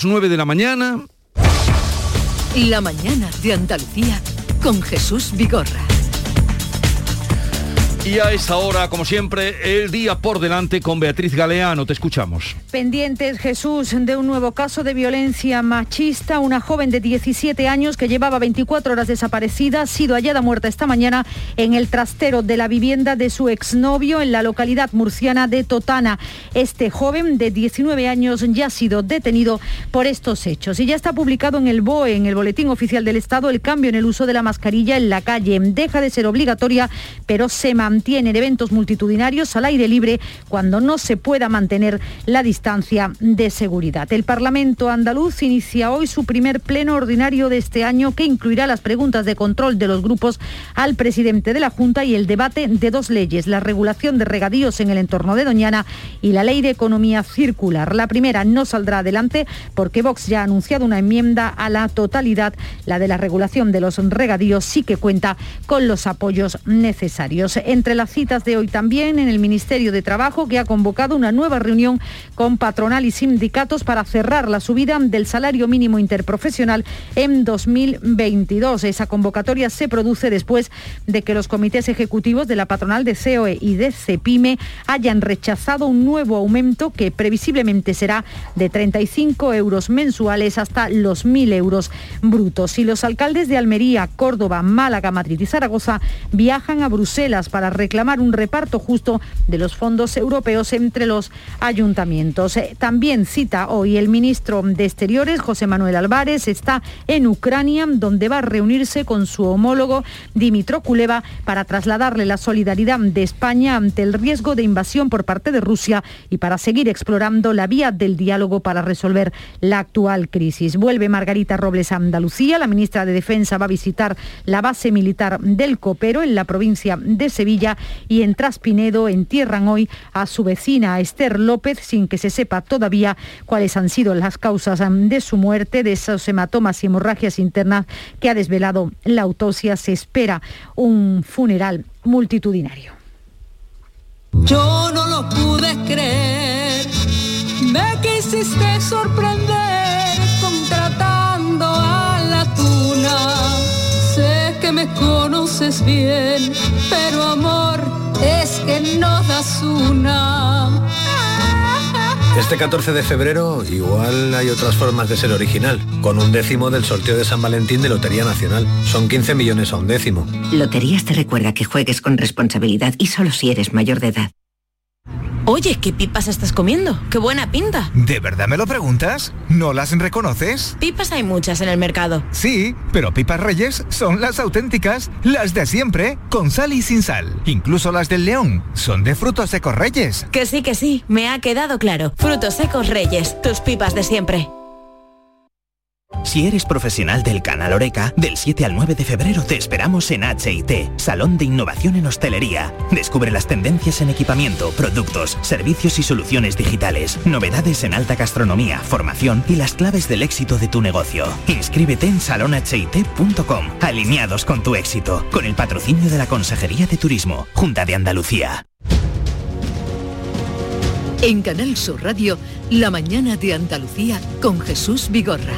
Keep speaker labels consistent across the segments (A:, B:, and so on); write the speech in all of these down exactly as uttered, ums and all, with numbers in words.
A: nueve de la mañana.
B: La mañana de Andalucía con Jesús Vigorra.
A: Y a esa hora, como siempre, el día por delante con Beatriz Galeano. Te escuchamos.
C: Pendientes, Jesús, de un nuevo caso de violencia machista. Una joven de diecisiete años que llevaba veinticuatro horas desaparecida ha sido hallada muerta esta mañana en el trastero de la vivienda de su exnovio en la localidad murciana de Totana. Este joven de diecinueve años ya ha sido detenido por estos hechos. Y ya está publicado en el B O E, en el Boletín Oficial del Estado, el cambio en el uso de la mascarilla en la calle. Deja de ser obligatoria, pero se mantiene. Mantienen eventos multitudinarios al aire libre cuando no se pueda mantener la distancia de seguridad. El Parlamento andaluz inicia hoy su primer pleno ordinario de este año, que incluirá las preguntas de control de los grupos al presidente de la Junta y el debate de dos leyes, la regulación de regadíos en el entorno de Doñana y la ley de economía circular. La primera no saldrá adelante porque Vox ya ha anunciado una enmienda a la totalidad. La de la regulación de los regadíos sí que cuenta con los apoyos necesarios. Entre las citas de hoy también en el Ministerio de Trabajo, que ha convocado una nueva reunión con patronal y sindicatos para cerrar la subida del salario mínimo interprofesional en dos mil veintidós. Esa convocatoria se produce después de que los comités ejecutivos de la patronal de C E O E y de CEPIME hayan rechazado un nuevo aumento que previsiblemente será de treinta y cinco euros mensuales hasta los mil euros brutos. Y los alcaldes de Almería, Córdoba, Málaga, Madrid y Zaragoza viajan a Bruselas para reclamar un reparto justo de los fondos europeos entre los ayuntamientos. También cita hoy el ministro de Exteriores, José Manuel Álvarez, está en Ucrania, donde va a reunirse con su homólogo Dmytro Kuleba para trasladarle la solidaridad de España ante el riesgo de invasión por parte de Rusia y para seguir explorando la vía del diálogo para resolver la actual crisis. Vuelve Margarita Robles a Andalucía. La ministra de Defensa va a visitar la base militar del Copero en la provincia de Sevilla, y en Traspinedo entierran hoy a su vecina Esther López sin que se sepa todavía cuáles han sido las causas de su muerte, de esos hematomas y hemorragias internas que ha desvelado la autopsia. Se espera un funeral multitudinario.
D: Yo no lo pude creer, me quisiste sorprender contratando a la tuna. Sé que me conoces bien, pero amor, es que no das una.
E: Este catorce de febrero igual hay otras formas de ser original, con un décimo del sorteo de San Valentín de Lotería Nacional. Son quince millones a un décimo.
F: Loterías te recuerda que juegues con responsabilidad y solo si eres mayor de edad.
G: Oye, ¿qué pipas estás comiendo? ¡Qué buena pinta!
H: ¿De verdad me lo preguntas? ¿No las reconoces?
G: Pipas hay muchas en el mercado.
H: Sí, pero Pipas Reyes son las auténticas, las de siempre, con sal y sin sal. Incluso las del León son de frutos secos Reyes.
G: Que sí, que sí, me ha quedado claro. Frutos secos Reyes, tus pipas de siempre.
I: Si eres profesional del canal Horeca, del siete al nueve de febrero te esperamos en H I T, Salón de Innovación en Hostelería. Descubre las tendencias en equipamiento, productos, servicios y soluciones digitales, novedades en alta gastronomía, formación y las claves del éxito de tu negocio. Inscríbete en salón h i t punto com, alineados con tu éxito, con el patrocinio de la Consejería de Turismo, Junta de Andalucía.
B: En Canal Sur Radio, La mañana de Andalucía con Jesús Vigorra.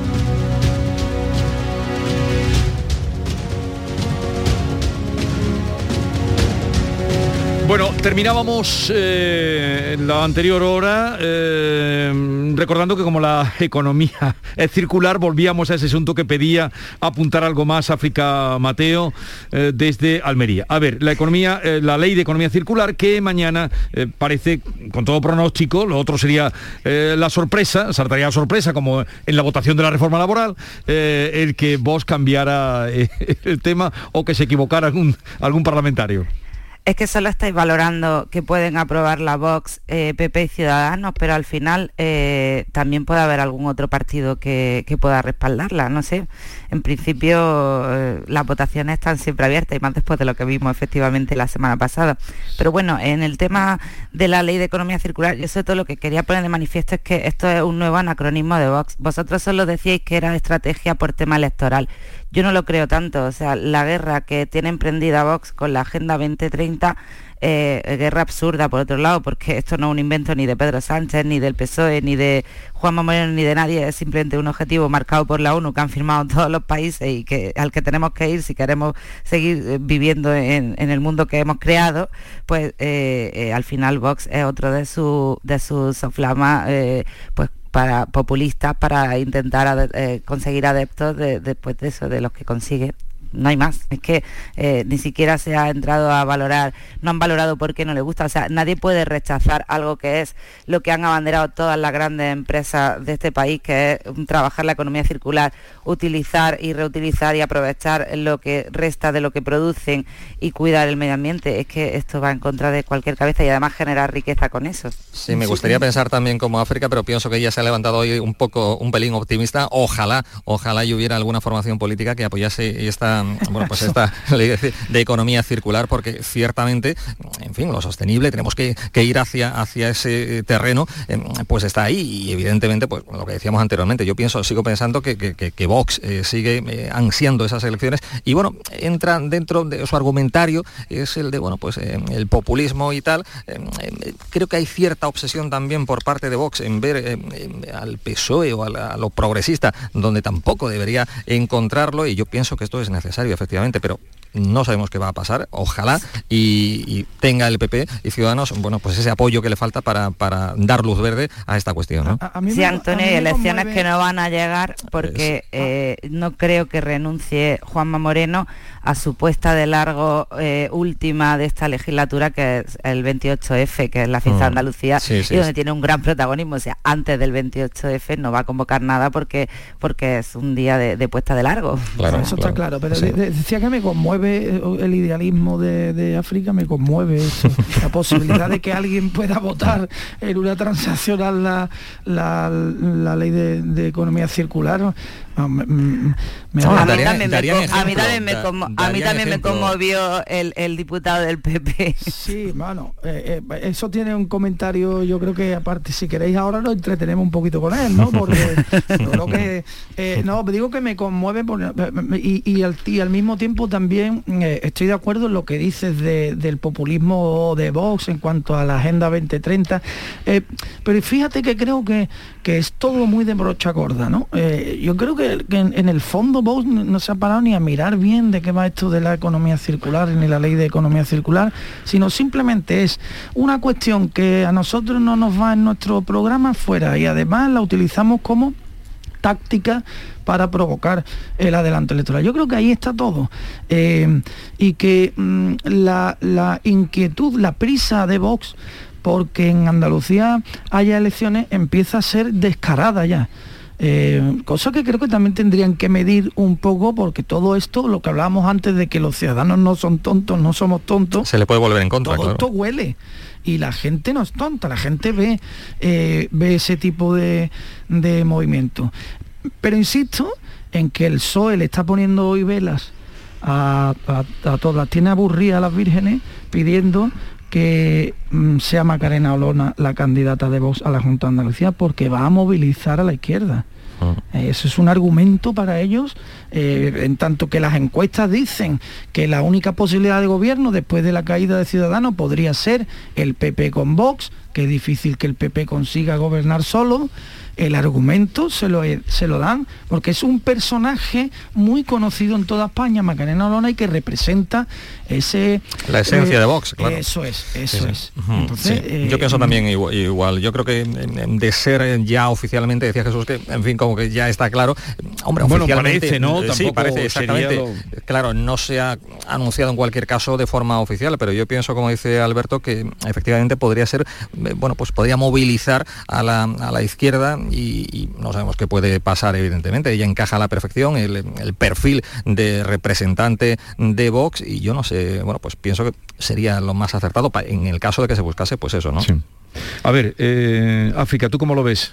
A: Bueno, terminábamos eh, la anterior hora eh, recordando que como la economía es circular, volvíamos a ese asunto que pedía apuntar algo más África Mateo eh, desde Almería. A ver, la economía, eh, la ley de economía circular que mañana eh, parece, con todo pronóstico, lo otro sería eh, la sorpresa, saltaría la sorpresa como en la votación de la reforma laboral, eh, el que Vox cambiara eh, el tema o que se equivocara algún, algún parlamentario.
J: Es que solo estáis valorando que pueden aprobar la Vox, eh, P P y Ciudadanos, pero al final eh, también puede haber algún otro partido que, que pueda respaldarla, no sé. En principio eh, las votaciones están siempre abiertas y más después de lo que vimos efectivamente la semana pasada. Pero bueno, en el tema de la ley de economía circular, yo sobre todo lo que quería poner de manifiesto es que esto es un nuevo anacronismo de Vox. Vosotros solo decíais que era estrategia por tema electoral. Yo no lo creo tanto, o sea, la guerra que tiene emprendida Vox con la Agenda veinte treinta eh, guerra absurda por otro lado, porque esto no es un invento ni de Pedro Sánchez, ni del P S O E, ni de Juanma Moreno, ni de nadie, es simplemente un objetivo marcado por la ONU que han firmado todos los países y que al que tenemos que ir si queremos seguir viviendo en, en el mundo que hemos creado. Pues eh, eh, al final Vox es otro de sus de sus soflamas, eh, pues para populistas, para intentar ade- eh, conseguir adeptos de, después de eso, de los que consigue. No hay más, es que eh, ni siquiera se ha entrado a valorar, no han valorado por qué no le gusta, o sea, nadie puede rechazar algo que es lo que han abanderado todas las grandes empresas de este país, que es trabajar la economía circular, utilizar y reutilizar y aprovechar lo que resta de lo que producen y cuidar el medio ambiente. Es que esto va en contra de cualquier cabeza y además generar riqueza con eso.
K: Sí, me gustaría pensar también como África, pero pienso que ella se ha levantado hoy un poco, un pelín optimista. Ojalá, ojalá y hubiera alguna formación política que apoyase esta bueno, pues esta ley de, de economía circular, porque ciertamente, en fin, lo sostenible, tenemos que, que ir hacia, hacia ese terreno, eh, pues está ahí y evidentemente, pues lo que decíamos anteriormente, yo pienso, sigo pensando que, que, que, que Vox eh, sigue eh, ansiando esas elecciones y bueno, entra dentro de su argumentario, es el de, bueno, pues eh, el populismo y tal. Eh, eh, creo que hay cierta obsesión también por parte de Vox en ver eh, eh, al P S O E o a, la, a lo progresista, donde tampoco debería encontrarlo, y yo pienso que esto es necesario. Efectivamente, pero no sabemos qué va a pasar. Ojalá y, y tenga el P P y Ciudadanos, bueno, pues ese apoyo que le falta para, para dar luz verde a esta cuestión, ¿no?
J: A, a mí sí, me, Antonio, hay elecciones conmueve... que no van a llegar porque eh, no creo que renuncie Juanma Moreno a su puesta de largo eh, última de esta legislatura, que es el veintiocho efe, que es la fiesta mm. de Andalucía, sí, sí, y donde sí. tiene un gran protagonismo. O sea, antes del veintiocho efe no va a convocar nada porque porque es un día de, de puesta de largo.
L: Claro, eso claro. está claro, pero sí. de, de, decía que me conmueve el idealismo de, de África, me conmueve eso. La posibilidad de que alguien pueda votar en una transaccional la, la, la ley de, de economía circular. No, me, me, me
J: no, a, mí también me, a mí también me, como, a mí también me conmovió el, el diputado del P P.
L: Sí, bueno, eh, eh, eso tiene un comentario, yo creo que aparte, si queréis ahora lo entretenemos un poquito con él, ¿no? Porque yo creo que, eh, no, digo que me conmueve por, y, y, al, y al mismo tiempo también eh, estoy de acuerdo en lo que dices de, del populismo de Vox en cuanto a la Agenda veinte treinta, eh, pero fíjate que creo que, que es todo muy de brocha gorda, ¿no? Eh, yo creo que que en, en el fondo Vox no se ha parado ni a mirar bien de qué va esto de la economía circular ni la ley de economía circular, sino simplemente es una cuestión que a nosotros no nos va en nuestro programa fuera y además la utilizamos como táctica para provocar el adelanto electoral. Yo creo que ahí está todo. Eh, y que mmm, la, la inquietud, la prisa de Vox porque en Andalucía haya elecciones empieza a ser descarada ya. Eh, cosa que creo que también tendrían que medir un poco, porque todo esto, lo que hablábamos antes de que los ciudadanos no son tontos, no somos tontos,
K: se le puede volver en contra.
L: Todo
K: claro.
L: esto huele y la gente no es tonta, la gente ve, eh, ve ese tipo de, de movimiento. Pero insisto en que el P S O E le está poniendo hoy velas a, a, a todas, las tiene aburridas a las vírgenes pidiendo que mm, sea Macarena Olona la candidata de Vox a la Junta de Andalucía, porque va a movilizar a la izquierda. Uh-huh. Eh, eso es un argumento para ellos, eh, en tanto que las encuestas dicen que la única posibilidad de gobierno después de la caída de Ciudadanos podría ser el P P con Vox, que es difícil que el P P consiga gobernar solo. El argumento se lo, se lo dan porque es un personaje muy conocido en toda España, Macarena Olona, y que representa ese...
K: La esencia eh, de Vox, claro.
L: Eso es, eso sí, es.
K: Uh-huh. Entonces, sí. eh, yo pienso también igual, igual. Yo creo que de ser ya oficialmente, decía Jesús, que en fin, como que ya está claro. Hombre,
A: bueno,
K: oficialmente...
A: parece, ¿no?
K: Sí, parece, exactamente.
A: Lo...
K: Claro, no se ha anunciado en cualquier caso de forma oficial, pero yo pienso, como dice Alberto, que efectivamente podría ser, bueno, pues podría movilizar a la, a la izquierda. Y, y no sabemos qué puede pasar, evidentemente. Ella encaja a la perfección el, el perfil de representante de Vox y yo no sé, bueno, pues pienso que sería lo más acertado pa, en el caso de que se buscase, pues eso, ¿no? Sí.
A: A ver, eh, África, ¿tú cómo lo ves?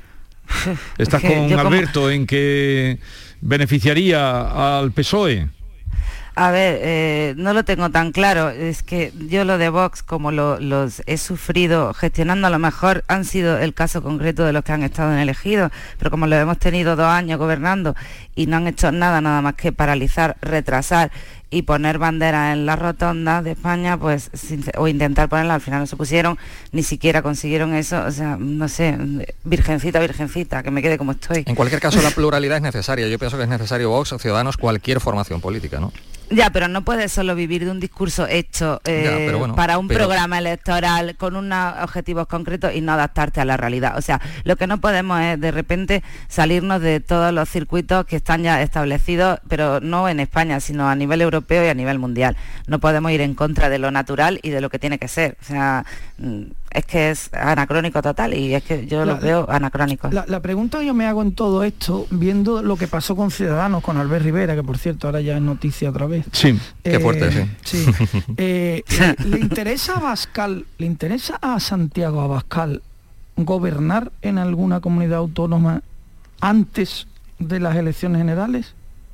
A: ¿Estás con Alberto como... en que beneficiaría al P S O E?
J: A ver, eh, no lo tengo tan claro. Es que yo lo de Vox, como lo, los he sufrido gestionando, a lo mejor han sido el caso concreto de los que han estado en elegidos, pero como lo hemos tenido dos años gobernando y no han hecho nada, nada más que paralizar, retrasar y poner banderas en las rotondas de España, pues o intentar ponerla, al final no se pusieron, ni siquiera consiguieron eso. O sea, no sé, virgencita, virgencita, que me quede como estoy.
K: En cualquier caso, la pluralidad es necesaria. Yo pienso que es necesario Vox, Ciudadanos, cualquier formación política, ¿no?
J: Ya, pero no puedes solo vivir de un discurso hecho eh, ya, bueno, para un pero... programa electoral con unos objetivos concretos y no adaptarte a la realidad. O sea, lo que no podemos es de repente salirnos de todos los circuitos que están ya establecidos, pero no en España, sino a nivel europeo y a nivel mundial. No podemos ir en contra de lo natural y de lo que tiene que ser. O sea, es que es anacrónico total y es que yo la, lo veo anacrónico.
L: La, la pregunta que yo me hago en todo esto, viendo lo que pasó con Ciudadanos, con Albert Rivera, que por cierto ahora ya es noticia otra vez.
A: Sí,
L: eh,
A: qué fuerte, sí.
L: sí. Eh, ¿Le interesa a Abascal, le interesa a Santiago Abascal gobernar en alguna comunidad autónoma antes de las elecciones generales?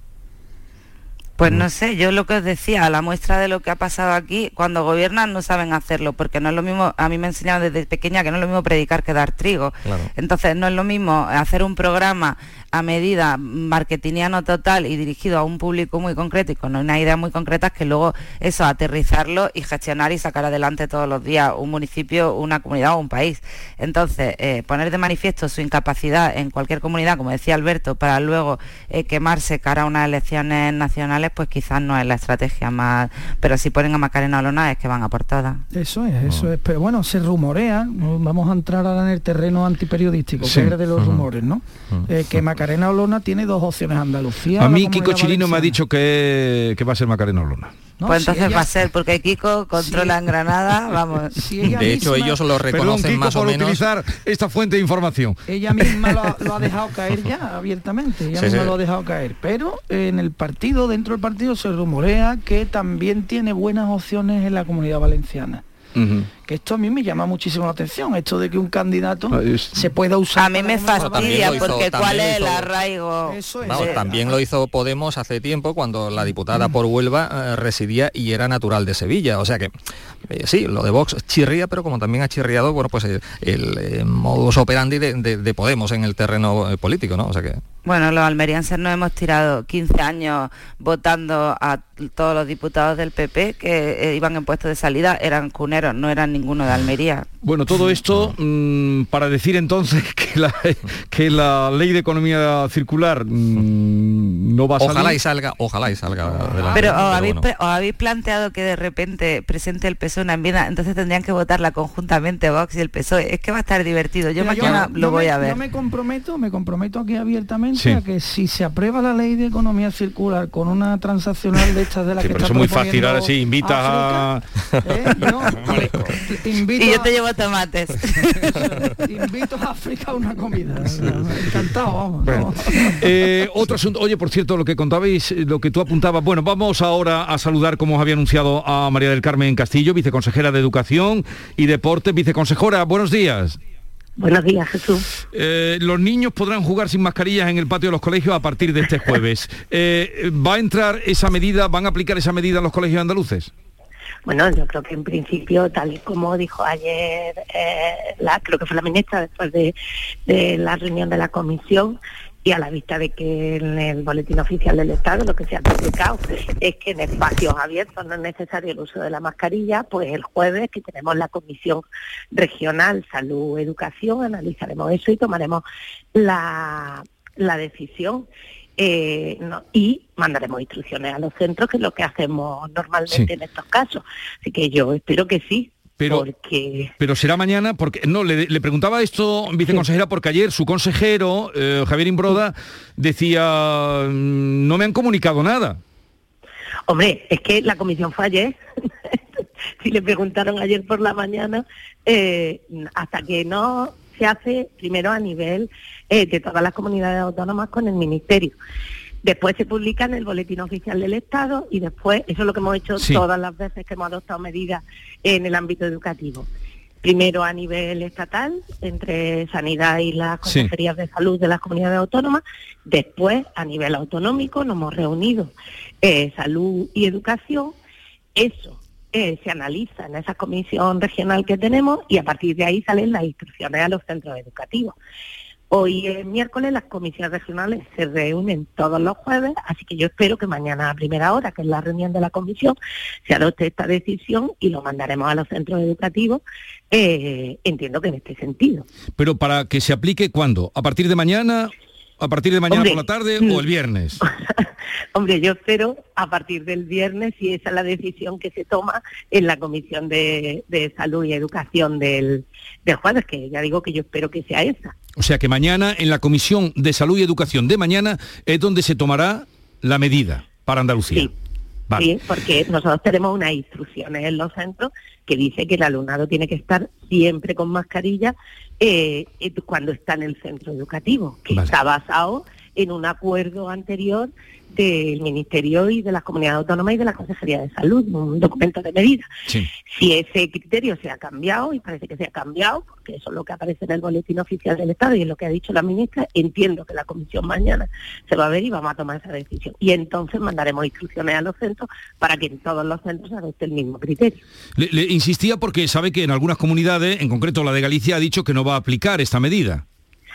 J: Pues no sé, yo lo que os decía, a la muestra de lo que ha pasado aquí, cuando gobiernan no saben hacerlo, porque no es lo mismo, a mí me enseñaron desde pequeña que no es lo mismo predicar que dar trigo. Claro. Entonces no es lo mismo hacer un programa a medida marketingiano total y dirigido a un público muy concreto y con unas ideas muy concretas que luego eso, aterrizarlo y gestionar y sacar adelante todos los días un municipio, una comunidad o un país. Entonces, eh, poner de manifiesto su incapacidad en cualquier comunidad, como decía Alberto, para luego eh, quemarse cara a unas elecciones nacionales, pues quizás no es la estrategia más, pero si ponen a Macarena Olona es que van a por todas.
L: Eso es, eso es, pero bueno, se rumorea, vamos a entrar ahora en el terreno antiperiodístico, sí. que es de los uh-huh. rumores, ¿no? Uh-huh. Eh, que Macarena Olona tiene dos opciones, Andalucía.
A: A mí Kiko Chirino me ha dicho que, que va a ser Macarena Olona.
J: No, pues entonces si ella... va a ser, porque Kiko controla si... en Granada, vamos.
K: Si de misma... hecho, ellos lo reconocen.
A: Perdón, Kiko,
K: más o
A: por
K: menos.
A: utilizar esta fuente de información.
L: Ella misma lo, lo ha dejado caer ya abiertamente, ella sí, misma sí. lo ha dejado caer. Pero en el partido, dentro del partido, se rumorea que también tiene buenas opciones en la Comunidad Valenciana. Uh-huh. Que esto a mí me llama muchísimo la atención, esto de que un candidato ah, es... se pueda usar.
J: A mí me fastidia porque cuál es el arraigo.
L: Eso es.
K: Vamos, también lo hizo Podemos hace tiempo cuando la diputada por Huelva eh, residía y era natural de Sevilla. O sea que eh, sí, lo de Vox chirría, pero como también ha chirriado, bueno, pues el, el eh, modus operandi de, de, de Podemos en el terreno eh, político, ¿no? O sea que.
J: Bueno, los almerienses nos hemos tirado quince años votando a todos los diputados del P P que eh, iban en puestos de salida, eran cuneros, no eran ninguno de Almería.
A: Bueno, todo esto mmm, para decir entonces que la, que la ley de economía circular mmm, no va a salir.
K: Ojalá y salga, ojalá y salga adelante.
J: Pero, os, pero habéis, bueno. os habéis planteado que de repente presente el P S O E una enmienda, entonces tendrían que votarla conjuntamente Vox y el P S O E. Es que va a estar divertido. Yo Mira, mañana yo, lo yo voy
L: me,
J: a ver.
L: Yo me comprometo, me comprometo aquí abiertamente sí. a que si se aprueba la ley de economía circular con una transaccional de estas de las
A: sí,
L: que
A: pero
L: está
A: eso es muy fácil, ahora sí, invitas a...
L: ¿eh? Yo, invito
J: y yo
L: a...
J: te llevo tomates.
L: Invito a África a una comida. Encantado, vamos.
A: Bueno. Eh, otro asunto, oye, por cierto, lo que contabais, lo que tú apuntabas, bueno, vamos ahora a saludar, como os había anunciado, a María del Carmen Castillo, viceconsejera de Educación y Deporte. Viceconsejora, buenos días.
M: Buenos días, Jesús.
A: Eh, los niños podrán jugar sin mascarillas en el patio de los colegios a partir de este jueves. Eh, ¿Va a entrar esa medida, van a aplicar esa medida en los colegios andaluces?
M: Bueno, yo creo que en principio, tal y como dijo ayer, eh, la, creo que fue la ministra después de, de la reunión de la comisión, y a la vista de que en el boletín oficial del Estado lo que se ha publicado es que en espacios abiertos no es necesario el uso de la mascarilla, pues el jueves que tenemos la Comisión Regional Salud Educación analizaremos eso y tomaremos la, la decisión eh, no, y mandaremos instrucciones a los centros, que es lo que hacemos normalmente sí. en estos casos. Así que yo espero que sí.
A: Pero,
M: porque...
A: pero será mañana, porque no, le, le preguntaba esto, viceconsejera, porque ayer su consejero, eh, Javier Imbroda, decía, no me han comunicado nada.
M: Hombre, es que la comisión fue ayer, si le preguntaron ayer por la mañana, eh, hasta que no se hace primero a nivel eh, de todas las comunidades autónomas con el Ministerio. Después se publica en el Boletín Oficial del Estado y después, eso es lo que hemos hecho sí. todas las veces que hemos adoptado medidas en el ámbito educativo. primero a nivel estatal, entre Sanidad y las consejerías sí. de salud de las comunidades autónomas, después a nivel autonómico nos hemos reunido eh, salud y educación, eso eh, se analiza en esa comisión regional que tenemos y a partir de ahí salen las instrucciones a los centros educativos. Hoy es miércoles, las comisiones regionales se reúnen todos los jueves, así que yo espero que mañana a primera hora, que es la reunión de la comisión, se adopte esta decisión y lo mandaremos a los centros educativos, eh, entiendo que en este sentido.
A: Pero para que se aplique, ¿cuándo? ¿A partir de mañana? ¿A partir de mañana Hombre, por la tarde o el viernes?
M: Hombre, yo espero a partir del viernes, si esa es la decisión que se toma en la Comisión de, de Salud y Educación del, del jueves, que ya digo que yo espero que sea esa.
A: O sea que mañana en la Comisión de Salud y Educación de mañana es donde se tomará la medida para Andalucía.
M: Sí. Vale. Sí, porque nosotros tenemos unas instrucciones en los centros que dice que el alumnado tiene que estar siempre con mascarilla eh, cuando está en el centro educativo, que vale. está basado en un acuerdo anterior del Ministerio y de las Comunidades Autónomas y de la Consejería de Salud, un documento de medidas. Sí. Si ese criterio se ha cambiado, y parece que se ha cambiado, porque eso es lo que aparece en el boletín oficial del Estado y es lo que ha dicho la ministra, entiendo que la comisión mañana se va a ver y vamos a tomar esa decisión. Y entonces mandaremos instrucciones a los centros para que en todos los centros se adopte el mismo criterio.
A: Le, le insistía porque sabe que en algunas comunidades, en concreto la de Galicia, ha dicho que no va a aplicar esta medida.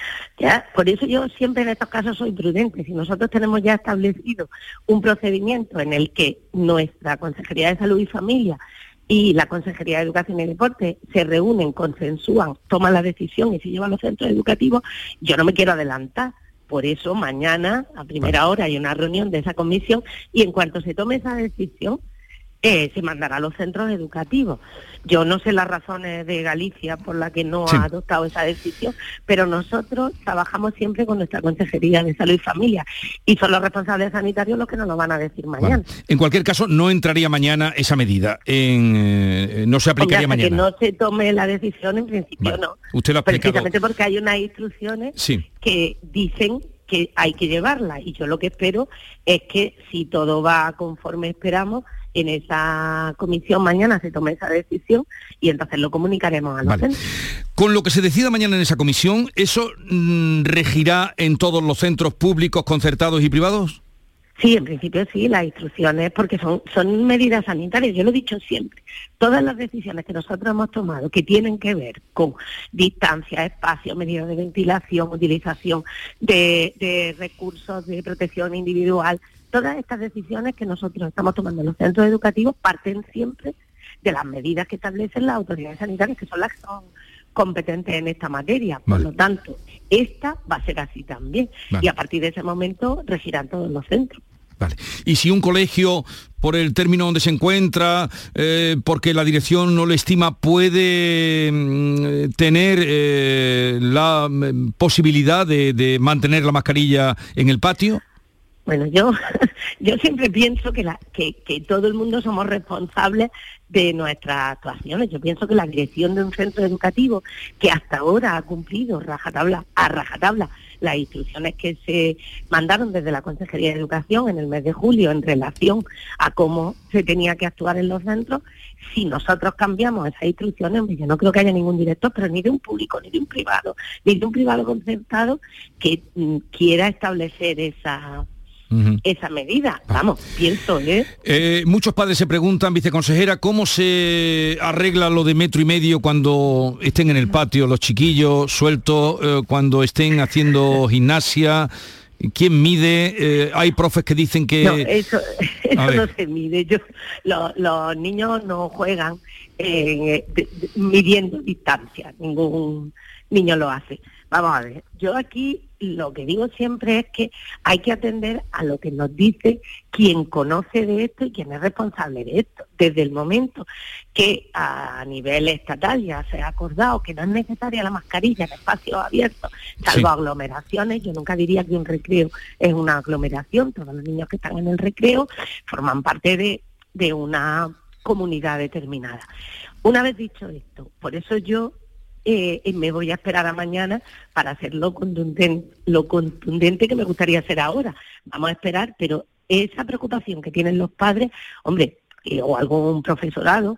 M: Ya, por eso yo siempre en estos casos soy prudente. Si nosotros tenemos ya establecido un procedimiento en el que nuestra Consejería de Salud y Familia y la Consejería de Educación y Deporte se reúnen, consensúan, toman la decisión y se llevan a los centros educativos, yo no me quiero adelantar. Por eso mañana, a primera hora, hay una reunión de esa comisión y en cuanto se tome esa decisión, Eh, se mandará a los centros educativos. Yo no sé las razones de Galicia por la que no sí. ha adoptado esa decisión, pero nosotros trabajamos siempre con nuestra Consejería de Salud y Familia y son los responsables sanitarios los que nos lo van a decir mañana.
A: Vale. En cualquier caso, no entraría mañana esa medida, en, eh, no se aplicaría
M: Hombre, hasta
A: mañana.
M: que no se tome la decisión, en principio vale. no.
A: Usted lo ha explicado.
M: Precisamente porque hay unas instrucciones sí. que dicen que hay que llevarla y yo lo que espero es que si todo va conforme esperamos, en esa comisión mañana se tome esa decisión y entonces lo comunicaremos a los
A: vale.
M: centros.
A: Con lo que se decida mañana en esa comisión, ¿eso mmm, regirá en todos los centros públicos, concertados y privados?
M: Sí, en principio sí, las instrucciones, porque son, son medidas sanitarias, yo lo he dicho siempre. Todas las decisiones que nosotros hemos tomado que tienen que ver con distancia, espacio, medidas de ventilación, utilización de, de recursos de protección individual, todas estas decisiones que nosotros estamos tomando en los centros educativos parten siempre de las medidas que establecen las autoridades sanitarias, que son las que son competentes en esta materia. Vale. Por lo tanto, esta va a ser así también. Vale. Y a partir de ese momento regirán todos los centros.
A: Vale. Y si un colegio, por el término donde se encuentra, eh, porque la dirección no lo estima, puede mm, tener eh, la mm, posibilidad de, de mantener la mascarilla en el patio.
M: Bueno, yo yo siempre pienso que, la, que, que todo el mundo somos responsables de nuestras actuaciones. Yo pienso que la dirección de un centro educativo que hasta ahora ha cumplido rajatabla, a rajatabla las instrucciones que se mandaron desde la Consejería de Educación en el mes de julio en relación a cómo se tenía que actuar en los centros, si nosotros cambiamos esas instrucciones, yo no creo que haya ningún director, pero ni de un público, ni de un privado, ni de un privado concertado que mm, quiera establecer esa... Uh-huh. esa medida, vamos, pienso, ¿eh?
A: ¿eh? Muchos padres se preguntan, viceconsejera, ¿cómo se arregla lo de metro y medio cuando estén en el patio los chiquillos sueltos, eh, cuando estén haciendo gimnasia? ¿Quién mide? Eh, hay profes que dicen que...
M: No, eso, eso no se mide. Yo, lo, los niños no juegan eh, de, de, midiendo distancia, ningún niño lo hace. Vamos a ver, yo aquí lo que digo siempre es que hay que atender a lo que nos dice quien conoce de esto y quien es responsable de esto. Desde el momento que a nivel estatal ya se ha acordado que no es necesaria la mascarilla en espacios abiertos, salvo sí. aglomeraciones, yo nunca diría que un recreo es una aglomeración, todos los niños que están en el recreo forman parte de, de una comunidad determinada. Una vez dicho esto, por eso yo Eh, y me voy a esperar a mañana para hacer lo contundente, lo contundente que me gustaría hacer ahora. Vamos a esperar, pero esa preocupación que tienen los padres, hombre, eh, o algún profesorado,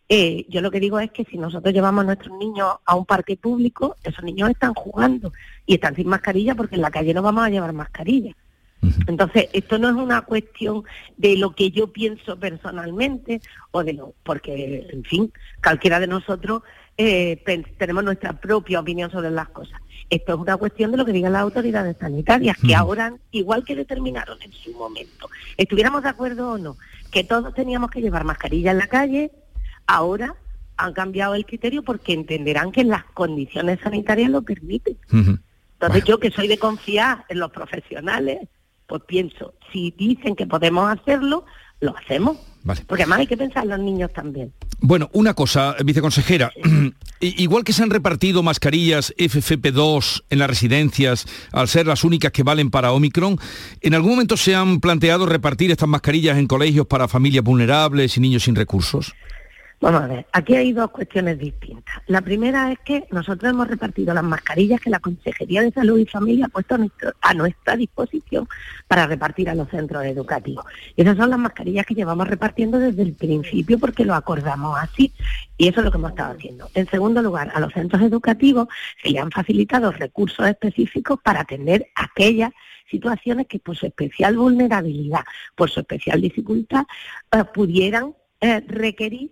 M: Eh, yo lo que digo es que si nosotros llevamos a nuestros niños a un parque público, esos niños están jugando y están sin mascarilla porque en la calle no vamos a llevar mascarilla. Entonces, esto no es una cuestión de lo que yo pienso personalmente o de lo, porque, en fin, cualquiera de nosotros eh, tenemos nuestra propia opinión sobre las cosas. Esto es una cuestión de lo que digan las autoridades sanitarias, que ahora, igual que determinaron en su momento, estuviéramos de acuerdo o no, que todos teníamos que llevar mascarilla en la calle, ahora han cambiado el criterio porque entenderán que las condiciones sanitarias lo permiten. Uh-huh. Entonces, bueno, yo que soy de confiar en los profesionales, pues pienso, si dicen que podemos hacerlo, lo hacemos. Vale. Porque además hay que pensar en los niños también.
A: Bueno, una cosa, viceconsejera, sí. Igual que se han repartido mascarillas F F P dos en las residencias, al ser las únicas que valen para Omicron, ¿en algún momento se han planteado repartir estas mascarillas en colegios para familias vulnerables y niños sin recursos?
M: Vamos a ver, aquí hay dos cuestiones distintas. La primera es que nosotros hemos repartido las mascarillas que la Consejería de Salud y Familia ha puesto a, nuestro, a nuestra disposición para repartir a los centros educativos. Y esas son las mascarillas que llevamos repartiendo desde el principio porque lo acordamos así. Y eso es lo que hemos estado haciendo. En segundo lugar, a los centros educativos se les han facilitado recursos específicos para atender aquellas situaciones que por su especial vulnerabilidad, por su especial dificultad, eh, pudieran eh, requerir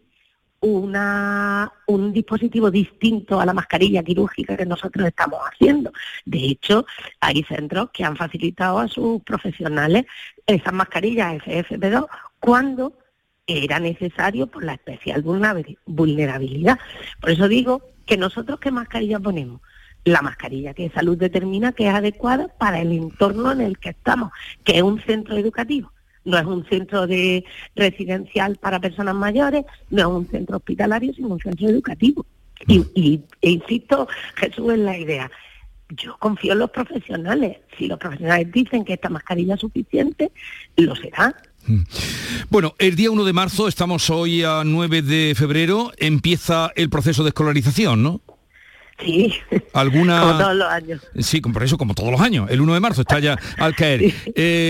M: Una, un dispositivo distinto a la mascarilla quirúrgica que nosotros estamos haciendo. De hecho, hay centros que han facilitado a sus profesionales esas mascarillas F F P dos cuando era necesario por la especial vulnerabilidad. Por eso digo que nosotros, ¿qué mascarilla ponemos? La mascarilla que Salud determina que es adecuada para el entorno en el que estamos, que es un centro educativo. No es un centro de residencial para personas mayores, no es un centro hospitalario, sino un centro educativo. Y, y e insisto, Jesús, en la idea. Yo confío en los profesionales. Si los profesionales dicen que esta mascarilla es suficiente, lo será.
A: Bueno, el día uno de marzo, estamos hoy a nueve de febrero, empieza el proceso de escolarización, ¿no?
M: Sí,
A: ¿Alguna...
M: como todos los años.
A: Sí, por eso, como todos los años. El uno de marzo está ya al caer. Sí.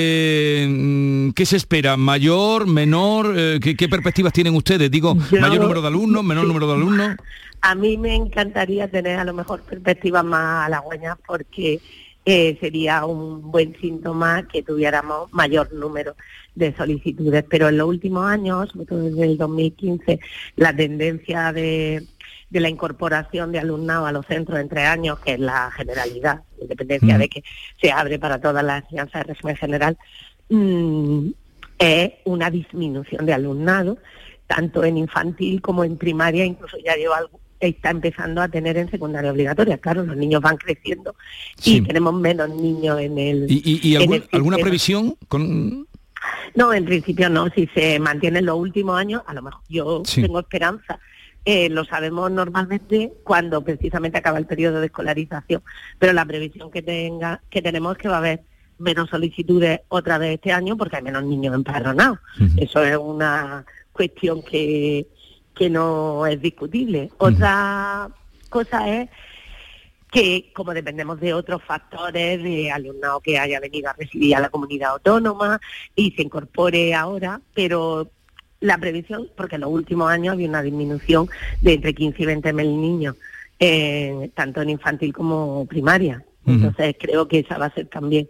A: Eh, ¿Qué se espera? ¿Mayor, menor? Eh, ¿qué, ¿Qué perspectivas tienen ustedes? Digo, Yo... ¿mayor número de alumnos, menor sí. número de alumnos?
M: A mí me encantaría tener a lo mejor perspectivas más halagüeñas porque eh, sería un buen síntoma que tuviéramos mayor número de solicitudes. Pero en los últimos años, sobre todo desde el dos mil quince, la tendencia de... de la incorporación de alumnado a los centros en tres años, que es la generalidad, en dependencia mm. de que se abre para todas las enseñanzas de régimen general, mmm, es una disminución de alumnado, tanto en infantil como en primaria, incluso ya lleva algo, está empezando a tener en secundaria obligatoria. Claro, los niños van creciendo y sí. tenemos menos niños en el...
A: ¿Y, y, y algún, el alguna previsión con...?
M: No, en principio no, si se mantiene en los últimos años, a lo mejor yo sí. tengo esperanza. Eh, lo sabemos normalmente cuando precisamente acaba el periodo de escolarización, pero la previsión que tenga que tenemos es que va a haber menos solicitudes otra vez este año porque hay menos niños empadronados. Uh-huh. Eso es una cuestión que, que no es discutible. Uh-huh. Otra cosa es que como dependemos de otros factores, de alumnado que haya venido a residir a la comunidad autónoma y se incorpore ahora, pero... La previsión, porque en los últimos años había una disminución de entre quince y veinte mil niños, eh, tanto en infantil como primaria. Uh-huh. Entonces creo que esa va a ser también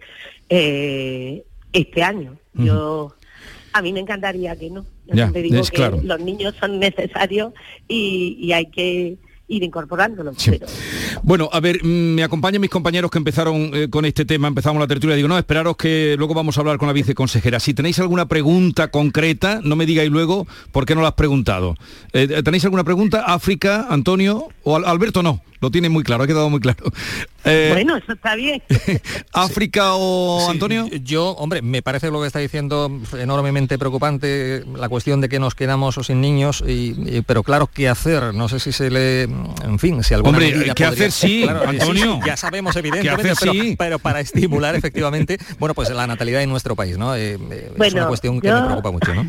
M: eh, este año. Uh-huh. Yo A mí me encantaría que no. Yo ya, siempre digo que claro. los niños son necesarios y, y hay que ir incorporándolos. Sí. Pero...
A: Bueno, a ver, me acompañan mis compañeros que empezaron eh, con este tema, empezamos la tertulia, digo, no, esperaros que luego vamos a hablar con la viceconsejera. Si tenéis alguna pregunta concreta, no me digáis luego por qué no la has preguntado. Eh, ¿Tenéis alguna pregunta? África, Antonio, o Al- Alberto no, lo tiene muy claro, ha quedado muy claro.
M: Eh, bueno, eso está bien.
A: ¿África sí. o sí. Antonio?
K: Yo, hombre, me parece lo que está diciendo enormemente preocupante, la cuestión de que nos quedamos sin niños, y, y, pero claro, ¿qué hacer? No sé si se le... En fin, si alguna
A: Hombre,
K: medida
A: ¿qué
K: podría...
A: hacer sí,
K: claro,
A: Antonio?
K: Sí, ya sabemos evidentemente,
A: hacer,
K: pero,
A: sí?
K: pero para estimular efectivamente, bueno, pues la natalidad en nuestro país, ¿no? Eh,
M: bueno,
K: es una cuestión que
M: yo...
K: me preocupa mucho, ¿no?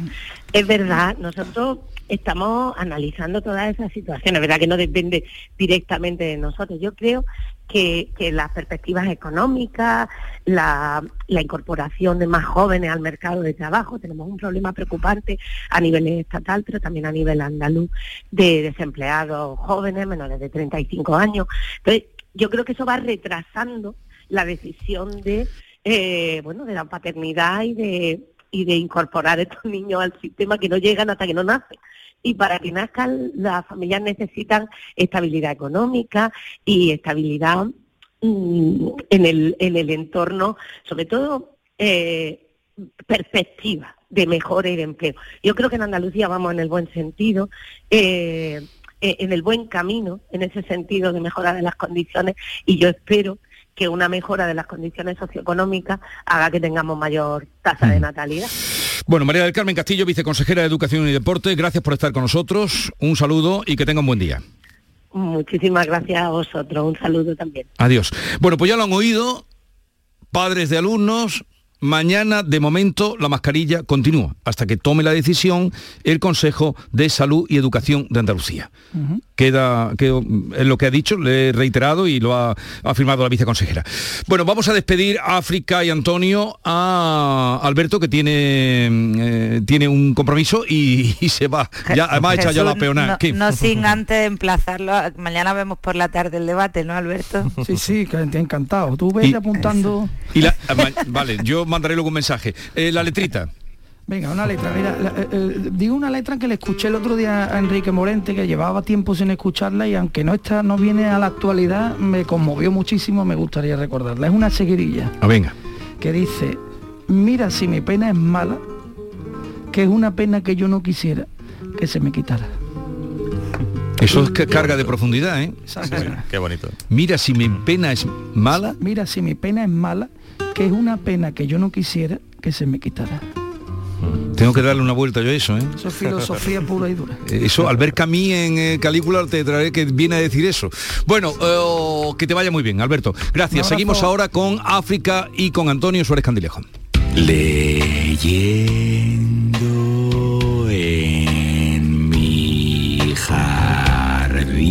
M: es verdad, nosotros estamos analizando todas esas situaciones, es verdad que no depende directamente de nosotros. Yo creo que, que las perspectivas económicas, la, la incorporación de más jóvenes al mercado de trabajo, tenemos un problema preocupante a nivel estatal, pero también a nivel andaluz, de desempleados jóvenes menores de treinta y cinco años. Entonces, yo creo que eso va retrasando la decisión de, eh, bueno, de la paternidad y de y de incorporar a estos niños al sistema, que no llegan hasta que no nacen. Y para que nazcan, las familias necesitan estabilidad económica y estabilidad mmm, en el en el entorno, sobre todo eh, perspectiva de mejora y de empleo. Yo creo que en Andalucía vamos en el buen sentido, eh, en el buen camino, en ese sentido de mejora de las condiciones, y yo espero que una mejora de las condiciones socioeconómicas haga que tengamos mayor tasa de natalidad.
A: Bueno, María del Carmen Castillo, viceconsejera de Educación y Deporte, gracias por estar con nosotros, un saludo y que tenga un buen día.
M: Muchísimas gracias a vosotros, un saludo también.
A: Adiós. Bueno, pues ya lo han oído, padres de alumnos. Mañana, de momento, la mascarilla continúa hasta que tome la decisión el Consejo de Salud y Educación de Andalucía. Uh-huh. Queda, queda, es lo que ha dicho, le he reiterado y lo ha afirmado la viceconsejera. Bueno, vamos a despedir a África y Antonio, a Alberto, que tiene, eh, tiene un compromiso y, y se va. Ya, además, ha echado ya la peonada.
J: No, no sin antes emplazarlo. Mañana vemos por la tarde el debate, ¿no, Alberto?
L: Sí, sí, que te he encantado. Tú ves apuntando...
A: Y la, vale, yo mandaré luego un mensaje. Eh, la letrita.
L: Venga, una letra. Mira, la, eh, eh, digo una letra que le escuché el otro día a Enrique Morente, que llevaba tiempo sin escucharla y aunque no está, no viene a la actualidad, me conmovió muchísimo, me gustaría recordarla. Es una seguidilla.
A: Ah, venga.
L: Que dice: mira si mi pena es mala, que es una pena que yo no quisiera que se me quitara.
A: Eso es que carga de profundidad, ¿eh?
K: Sí, qué bonito.
A: Mira si mi pena es mala.
L: Mira si mi pena es mala, que es una pena que yo no quisiera que se me quitara.
A: Tengo que darle una vuelta yo a eso, ¿eh?
L: Eso es filosofía pura y dura.
A: Eso, al ver Camille en eh, Calígula, te traeré que viene a decir eso. Bueno, eh, que te vaya muy bien, Alberto. Gracias. Seguimos ahora con África y con Antonio Suárez Candilejo.
N: Leyendo en mi jardín.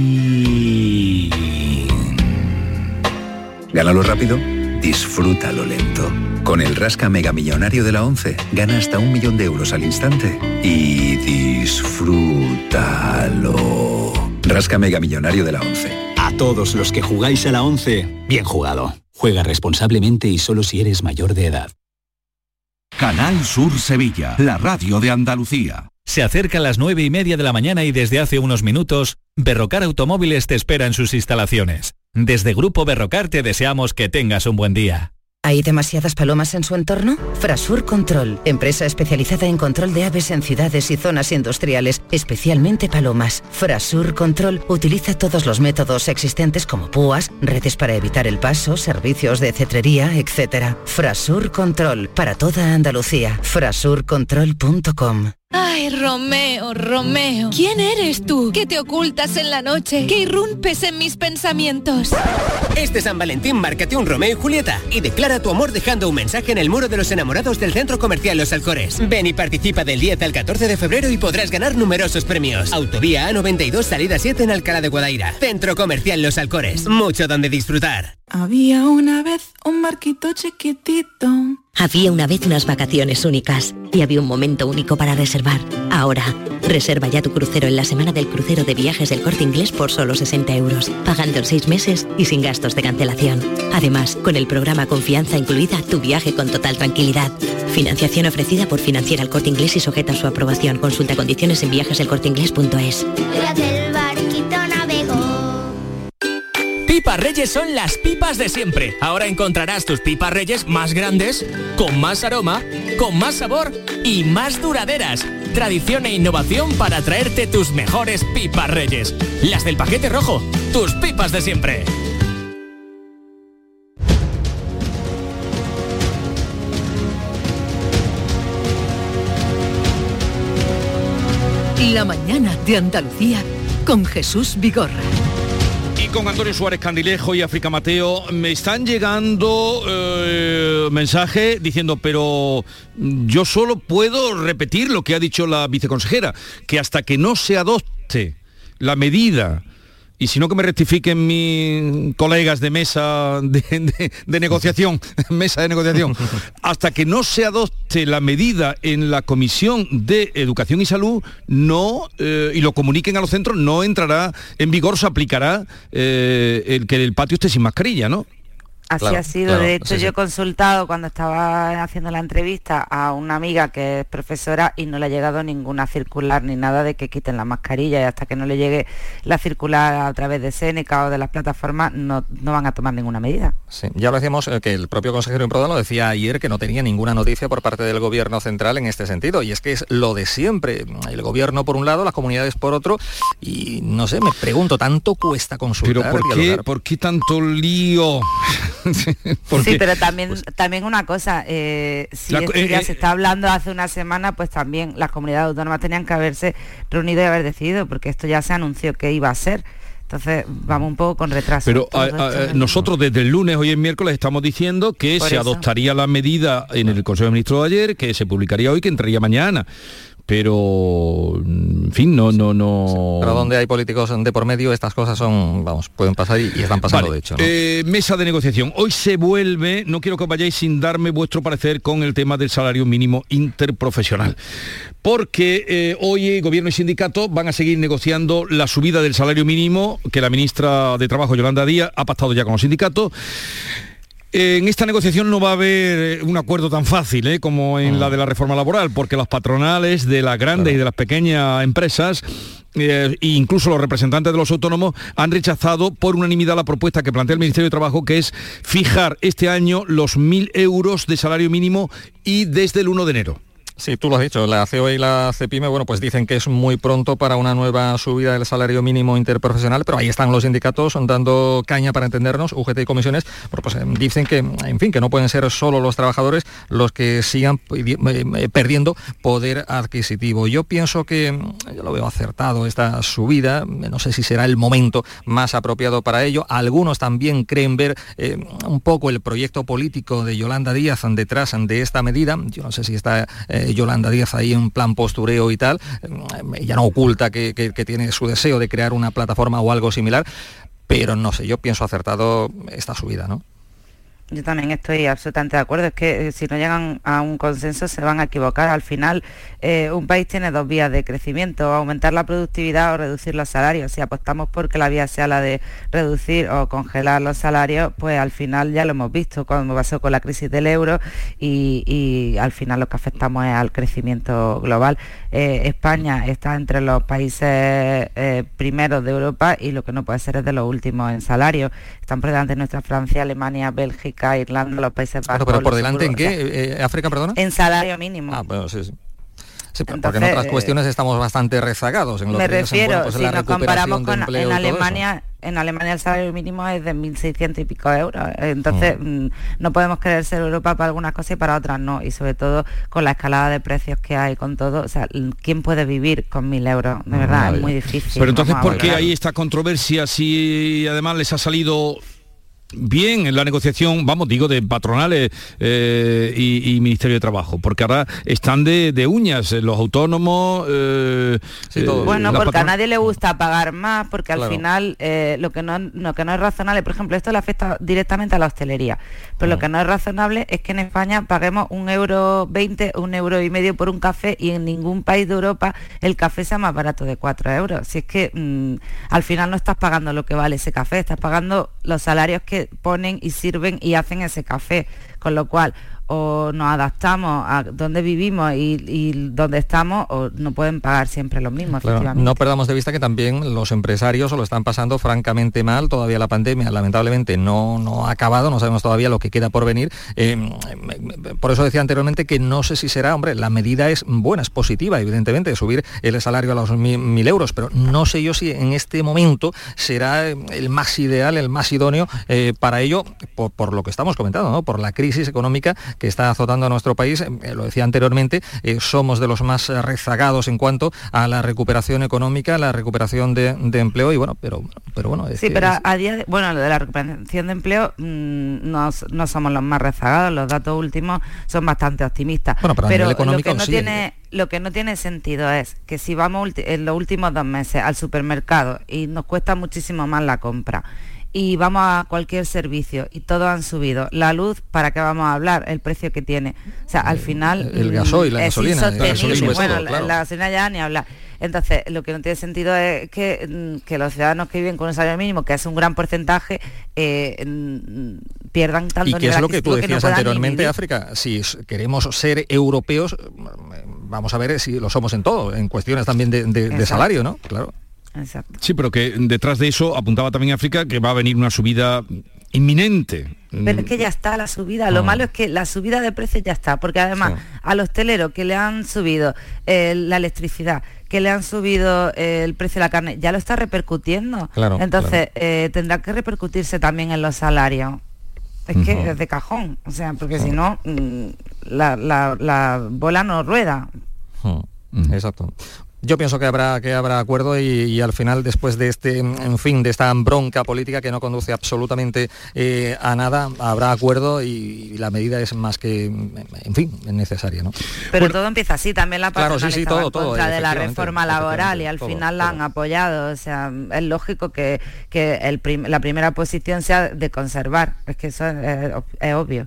N: Gánalo rápido, disfrútalo lento. Con el Rasca Mega Millonario de la ONCE, gana hasta un millón de euros al instante y disfrútalo. Rasca Mega Millonario de la ONCE.
O: A todos los que jugáis a la ONCE, bien jugado. Juega responsablemente y solo si eres mayor de edad.
P: Canal Sur Sevilla, la radio de Andalucía.
Q: Se acercan las nueve y media de la mañana y desde hace unos minutos, Berrocar Automóviles te espera en sus instalaciones. Desde Grupo Berrocar te deseamos que tengas un buen día.
R: ¿Hay demasiadas palomas en su entorno? Frasur Control, empresa especializada en control de aves en ciudades y zonas industriales, especialmente palomas. Frasur Control utiliza todos los métodos existentes como púas, redes para evitar el paso, servicios de cetrería, etcétera. Frasur Control, para toda Andalucía. frasur control punto com.
S: Ay, Romeo, Romeo, ¿quién eres tú? ¿Qué te ocultas en la noche? ¿Qué irrumpes en mis pensamientos?
T: Este San Valentín márcate un Romeo y Julieta y declara tu amor dejando un mensaje en el muro de los enamorados del Centro Comercial Los Alcores. Ven y participa del diez al catorce de febrero y podrás ganar numerosos premios. Autovía A noventa y dos, salida siete en Alcalá de Guadaira. Centro Comercial Los Alcores. Mucho donde disfrutar.
U: Había una vez un barquito chiquitito.
V: Había una vez unas vacaciones únicas y había un momento único para reservar. Ahora, reserva ya tu crucero en la semana del crucero de viajes del Corte Inglés por solo sesenta euros, pagando en seis meses y sin gastos de cancelación. Además, con el programa Confianza incluida, tu viaje con total tranquilidad. Financiación ofrecida por Financiera El Corte Inglés y sujeta a su aprobación. Consulta condiciones en viajes el corte inglés punto es.
W: Pipas Reyes son las pipas de siempre. Ahora encontrarás tus pipas Reyes más grandes, con más aroma, con más sabor y más duraderas. Tradición e innovación para traerte tus mejores pipas Reyes. Las del paquete rojo, tus pipas de siempre.
B: La mañana de Andalucía con Jesús Vigorra.
A: con Antonio Suárez Candilejo y África Mateo. Me están llegando eh, mensajes diciendo, pero yo solo puedo repetir lo que ha dicho la viceconsejera, que hasta que no se adopte la medida, y si no que me rectifiquen mis colegas de mesa de, de, de negociación, mesa de negociación, hasta que no se adopte la medida en la Comisión de Educación y Salud, no, eh, y lo comuniquen a los centros, no entrará en vigor, se aplicará eh, el que el patio esté sin mascarilla, ¿no?
J: Así
A: Claro,
J: ha sido.
A: claro,
J: de hecho,
A: sí, sí.
J: yo he consultado cuando estaba haciendo la entrevista a una amiga que es profesora y no le ha llegado ninguna circular ni nada de que quiten la mascarilla, y hasta que no le llegue la circular a través de Séneca o de las plataformas no, no van a tomar ninguna medida.
K: Sí, ya lo decíamos, eh, que el propio consejero Improda lo decía ayer, que no tenía ninguna noticia por parte del gobierno central en este sentido, y es que es lo de siempre, el gobierno por un lado, las comunidades por otro, y no sé, me pregunto, ¿tanto cuesta consultar?
A: Pero ¿por qué, ¿por qué tanto lío?
J: Sí, pero también también una cosa, eh, si
A: La-
J: esto
A: eh,
J: ya
A: eh,
J: se está hablando hace una semana, pues también las comunidades autónomas tenían que haberse reunido y haber decidido, porque esto ya se anunció que iba a ser. Entonces vamos un poco con retraso.
A: Pero
J: Todo
A: a-
J: esto,
A: a-
J: ¿no?
A: nosotros desde el lunes, hoy es miércoles, estamos diciendo que
J: Por
A: se
J: eso.
A: adoptaría la medida en el Consejo de Ministros de ayer, que se publicaría hoy, que entraría mañana. Pero, en fin, no, no, no...
K: Pero donde hay políticos de por medio, estas cosas son, vamos, pueden pasar y, y están pasando,
A: Vale,
K: de hecho, ¿no?
A: eh, mesa de negociación. Hoy se vuelve, no quiero que os vayáis sin darme vuestro parecer con el tema del salario mínimo interprofesional, porque eh, hoy gobierno y sindicatos van a seguir negociando la subida del salario mínimo que la ministra de Trabajo, Yolanda Díaz, ha pactado ya con los sindicatos. En esta negociación no va a haber un acuerdo tan fácil ¿eh? como en la de la reforma laboral, porque las patronales de las grandes claro. y de las pequeñas empresas eh, e incluso los representantes de los autónomos han rechazado por unanimidad la propuesta que plantea el Ministerio de Trabajo, que es fijar este año los mil euros de salario mínimo y desde el uno de enero.
K: Sí, tú lo has dicho, la C O E y la CEPIME, bueno, pues dicen que es muy pronto para una nueva subida del salario mínimo interprofesional, pero ahí están los sindicatos dando caña para entendernos, U G T y comisiones, bueno, pues eh, dicen que, en fin, que no pueden ser solo los trabajadores los que sigan eh, perdiendo poder adquisitivo. Yo pienso que, yo lo veo acertado esta subida, no sé si será el momento más apropiado para ello. Algunos también creen ver eh, un poco el proyecto político de Yolanda Díaz detrás de esta medida. Yo no sé si está... Eh, Yolanda Díaz ahí en plan postureo y tal, ella no oculta que, que, que tiene su deseo de crear una plataforma o algo similar, pero no sé, yo pienso acertado esta subida, ¿no?
J: Yo también estoy absolutamente de acuerdo, es que eh, si no llegan a un consenso se van a equivocar. Al final eh, un país tiene dos vías de crecimiento, aumentar la productividad o reducir los salarios. Si apostamos por que la vía sea la de reducir o congelar los salarios, pues al final ya lo hemos visto cuando pasó con la crisis del euro y, y al final lo que afectamos es al crecimiento global. Eh, España está entre los países eh, primeros de Europa y lo que no puede ser es de los últimos en salario. Están por delante nuestra Francia, Alemania, Bélgica, Irlanda, los Países Bajos.
K: Pero, pero por delante, ¿en qué? Eh, ¿África, perdona?
J: En salario mínimo.
K: Ah, bueno, sí, sí. Sí,
J: Entonces,
K: porque en otras cuestiones estamos bastante rezagados. En lo
J: me
K: que es,
J: refiero,
K: bueno, pues,
J: si
K: la
J: nos comparamos con
K: de
J: en Alemania, en Alemania el salario mínimo es de mil seiscientos y pico euros. Entonces, mm. no podemos querer ser Europa para algunas cosas y para otras no. Y sobre todo con la escalada de precios que hay, con todo. O sea, ¿quién puede vivir con mil euros? De verdad,
A: Vale.
J: es muy difícil.
A: Pero entonces,
J: Vamos a
A: ¿por qué
J: valorar.
A: hay esta controversia si además les ha salido bien en la negociación, vamos, digo, de patronales eh, y, y Ministerio de Trabajo? Porque ahora están de, de uñas eh, los autónomos. Eh,
K: sí, todo.
A: eh,
J: Bueno,
A: la
J: porque
A: patron-
J: a nadie le gusta pagar más, porque al
K: Claro.
J: final eh, lo, que no, lo que no es razonable, por ejemplo, esto le afecta directamente a la hostelería, pero lo que no es razonable es que en España paguemos un euro veinte, un euro y medio por un café y en ningún país de Europa el café sea más barato de cuatro euros. Si es que mm, al final no estás pagando lo que vale ese café, estás pagando los salarios que ponen y sirven y hacen ese café, con lo cual o nos adaptamos a donde vivimos y, y donde estamos, o no pueden pagar siempre lo mismo,
K: Claro,
J: efectivamente.
K: no perdamos de vista que también los empresarios lo están pasando francamente mal. Todavía la pandemia lamentablemente no, no ha acabado, no sabemos todavía lo que queda por venir. Eh, por eso decía anteriormente que no sé si será, hombre, la medida es buena, es positiva, evidentemente, subir el salario a los mil, mil euros, pero no sé yo si en este momento será el más ideal, el más idóneo eh, para ello, por, por lo que estamos comentando, ¿no? Por la crisis crisis económica que está azotando a nuestro país. Eh, lo decía anteriormente, eh, somos de los más rezagados en cuanto a la recuperación económica, la recuperación de, de empleo y bueno, pero, pero bueno. Es
J: sí,
K: que
J: pero
K: es...
J: a día de, bueno, lo de la recuperación de empleo mmm, no, no somos los más rezagados, los datos últimos son bastante optimistas.
K: Bueno, pero,
J: pero
K: a nivel económico,
J: lo que no
K: sí,
J: tiene, lo que no tiene sentido es que si vamos en los últimos dos meses al supermercado y nos cuesta muchísimo más la compra, y vamos a cualquier servicio y todos han subido, la luz, ¿para qué vamos a hablar? El precio que tiene. O sea, al final
K: el gasoil, la
J: es
K: gasolina,
J: insostenible.
K: la gasolina,
J: bueno,
K: todo, claro.
J: la gasolina ya ni hablar. Entonces, lo que no tiene sentido es que, que los ciudadanos que viven con un salario mínimo, que es un gran porcentaje, eh, pierdan tanto.
K: Y que es lo que tú decías
J: no
K: anteriormente, África, si queremos ser europeos, vamos a ver si lo somos en todo, en cuestiones también de, de, de salario, ¿no? Claro.
J: Exacto.
A: Sí, pero que detrás de eso apuntaba también África que va a venir una subida inminente.
J: Pero es que ya está la subida, lo oh. malo es que la subida de precios ya está, porque además sí. al hostelero que le han subido eh, la electricidad, que le han subido eh, el precio de la carne, ya lo está repercutiendo.
K: Claro,
J: Entonces
K: claro.
J: Eh, tendrá que repercutirse también en los salarios. Es uh-huh. que es de cajón, o sea, porque uh-huh. si no, mmm, la, la, la bola no rueda.
K: Uh-huh. Uh-huh. Exacto. Yo pienso que habrá que habrá acuerdo y, y al final, después de este, en fin, de esta bronca política que no conduce absolutamente eh, a nada, habrá acuerdo y, y la medida es más que, en fin, necesaria, ¿no?
J: Pero
K: bueno,
J: todo empieza así, también la patronal
K: claro, sí, sí,
J: estaba
K: todo,
J: en contra
K: todo,
J: de la reforma laboral y al
K: todo,
J: final
K: todo.
J: la han apoyado, o sea, es lógico que, que el prim- la primera posición sea de conservar, es que eso es, es obvio.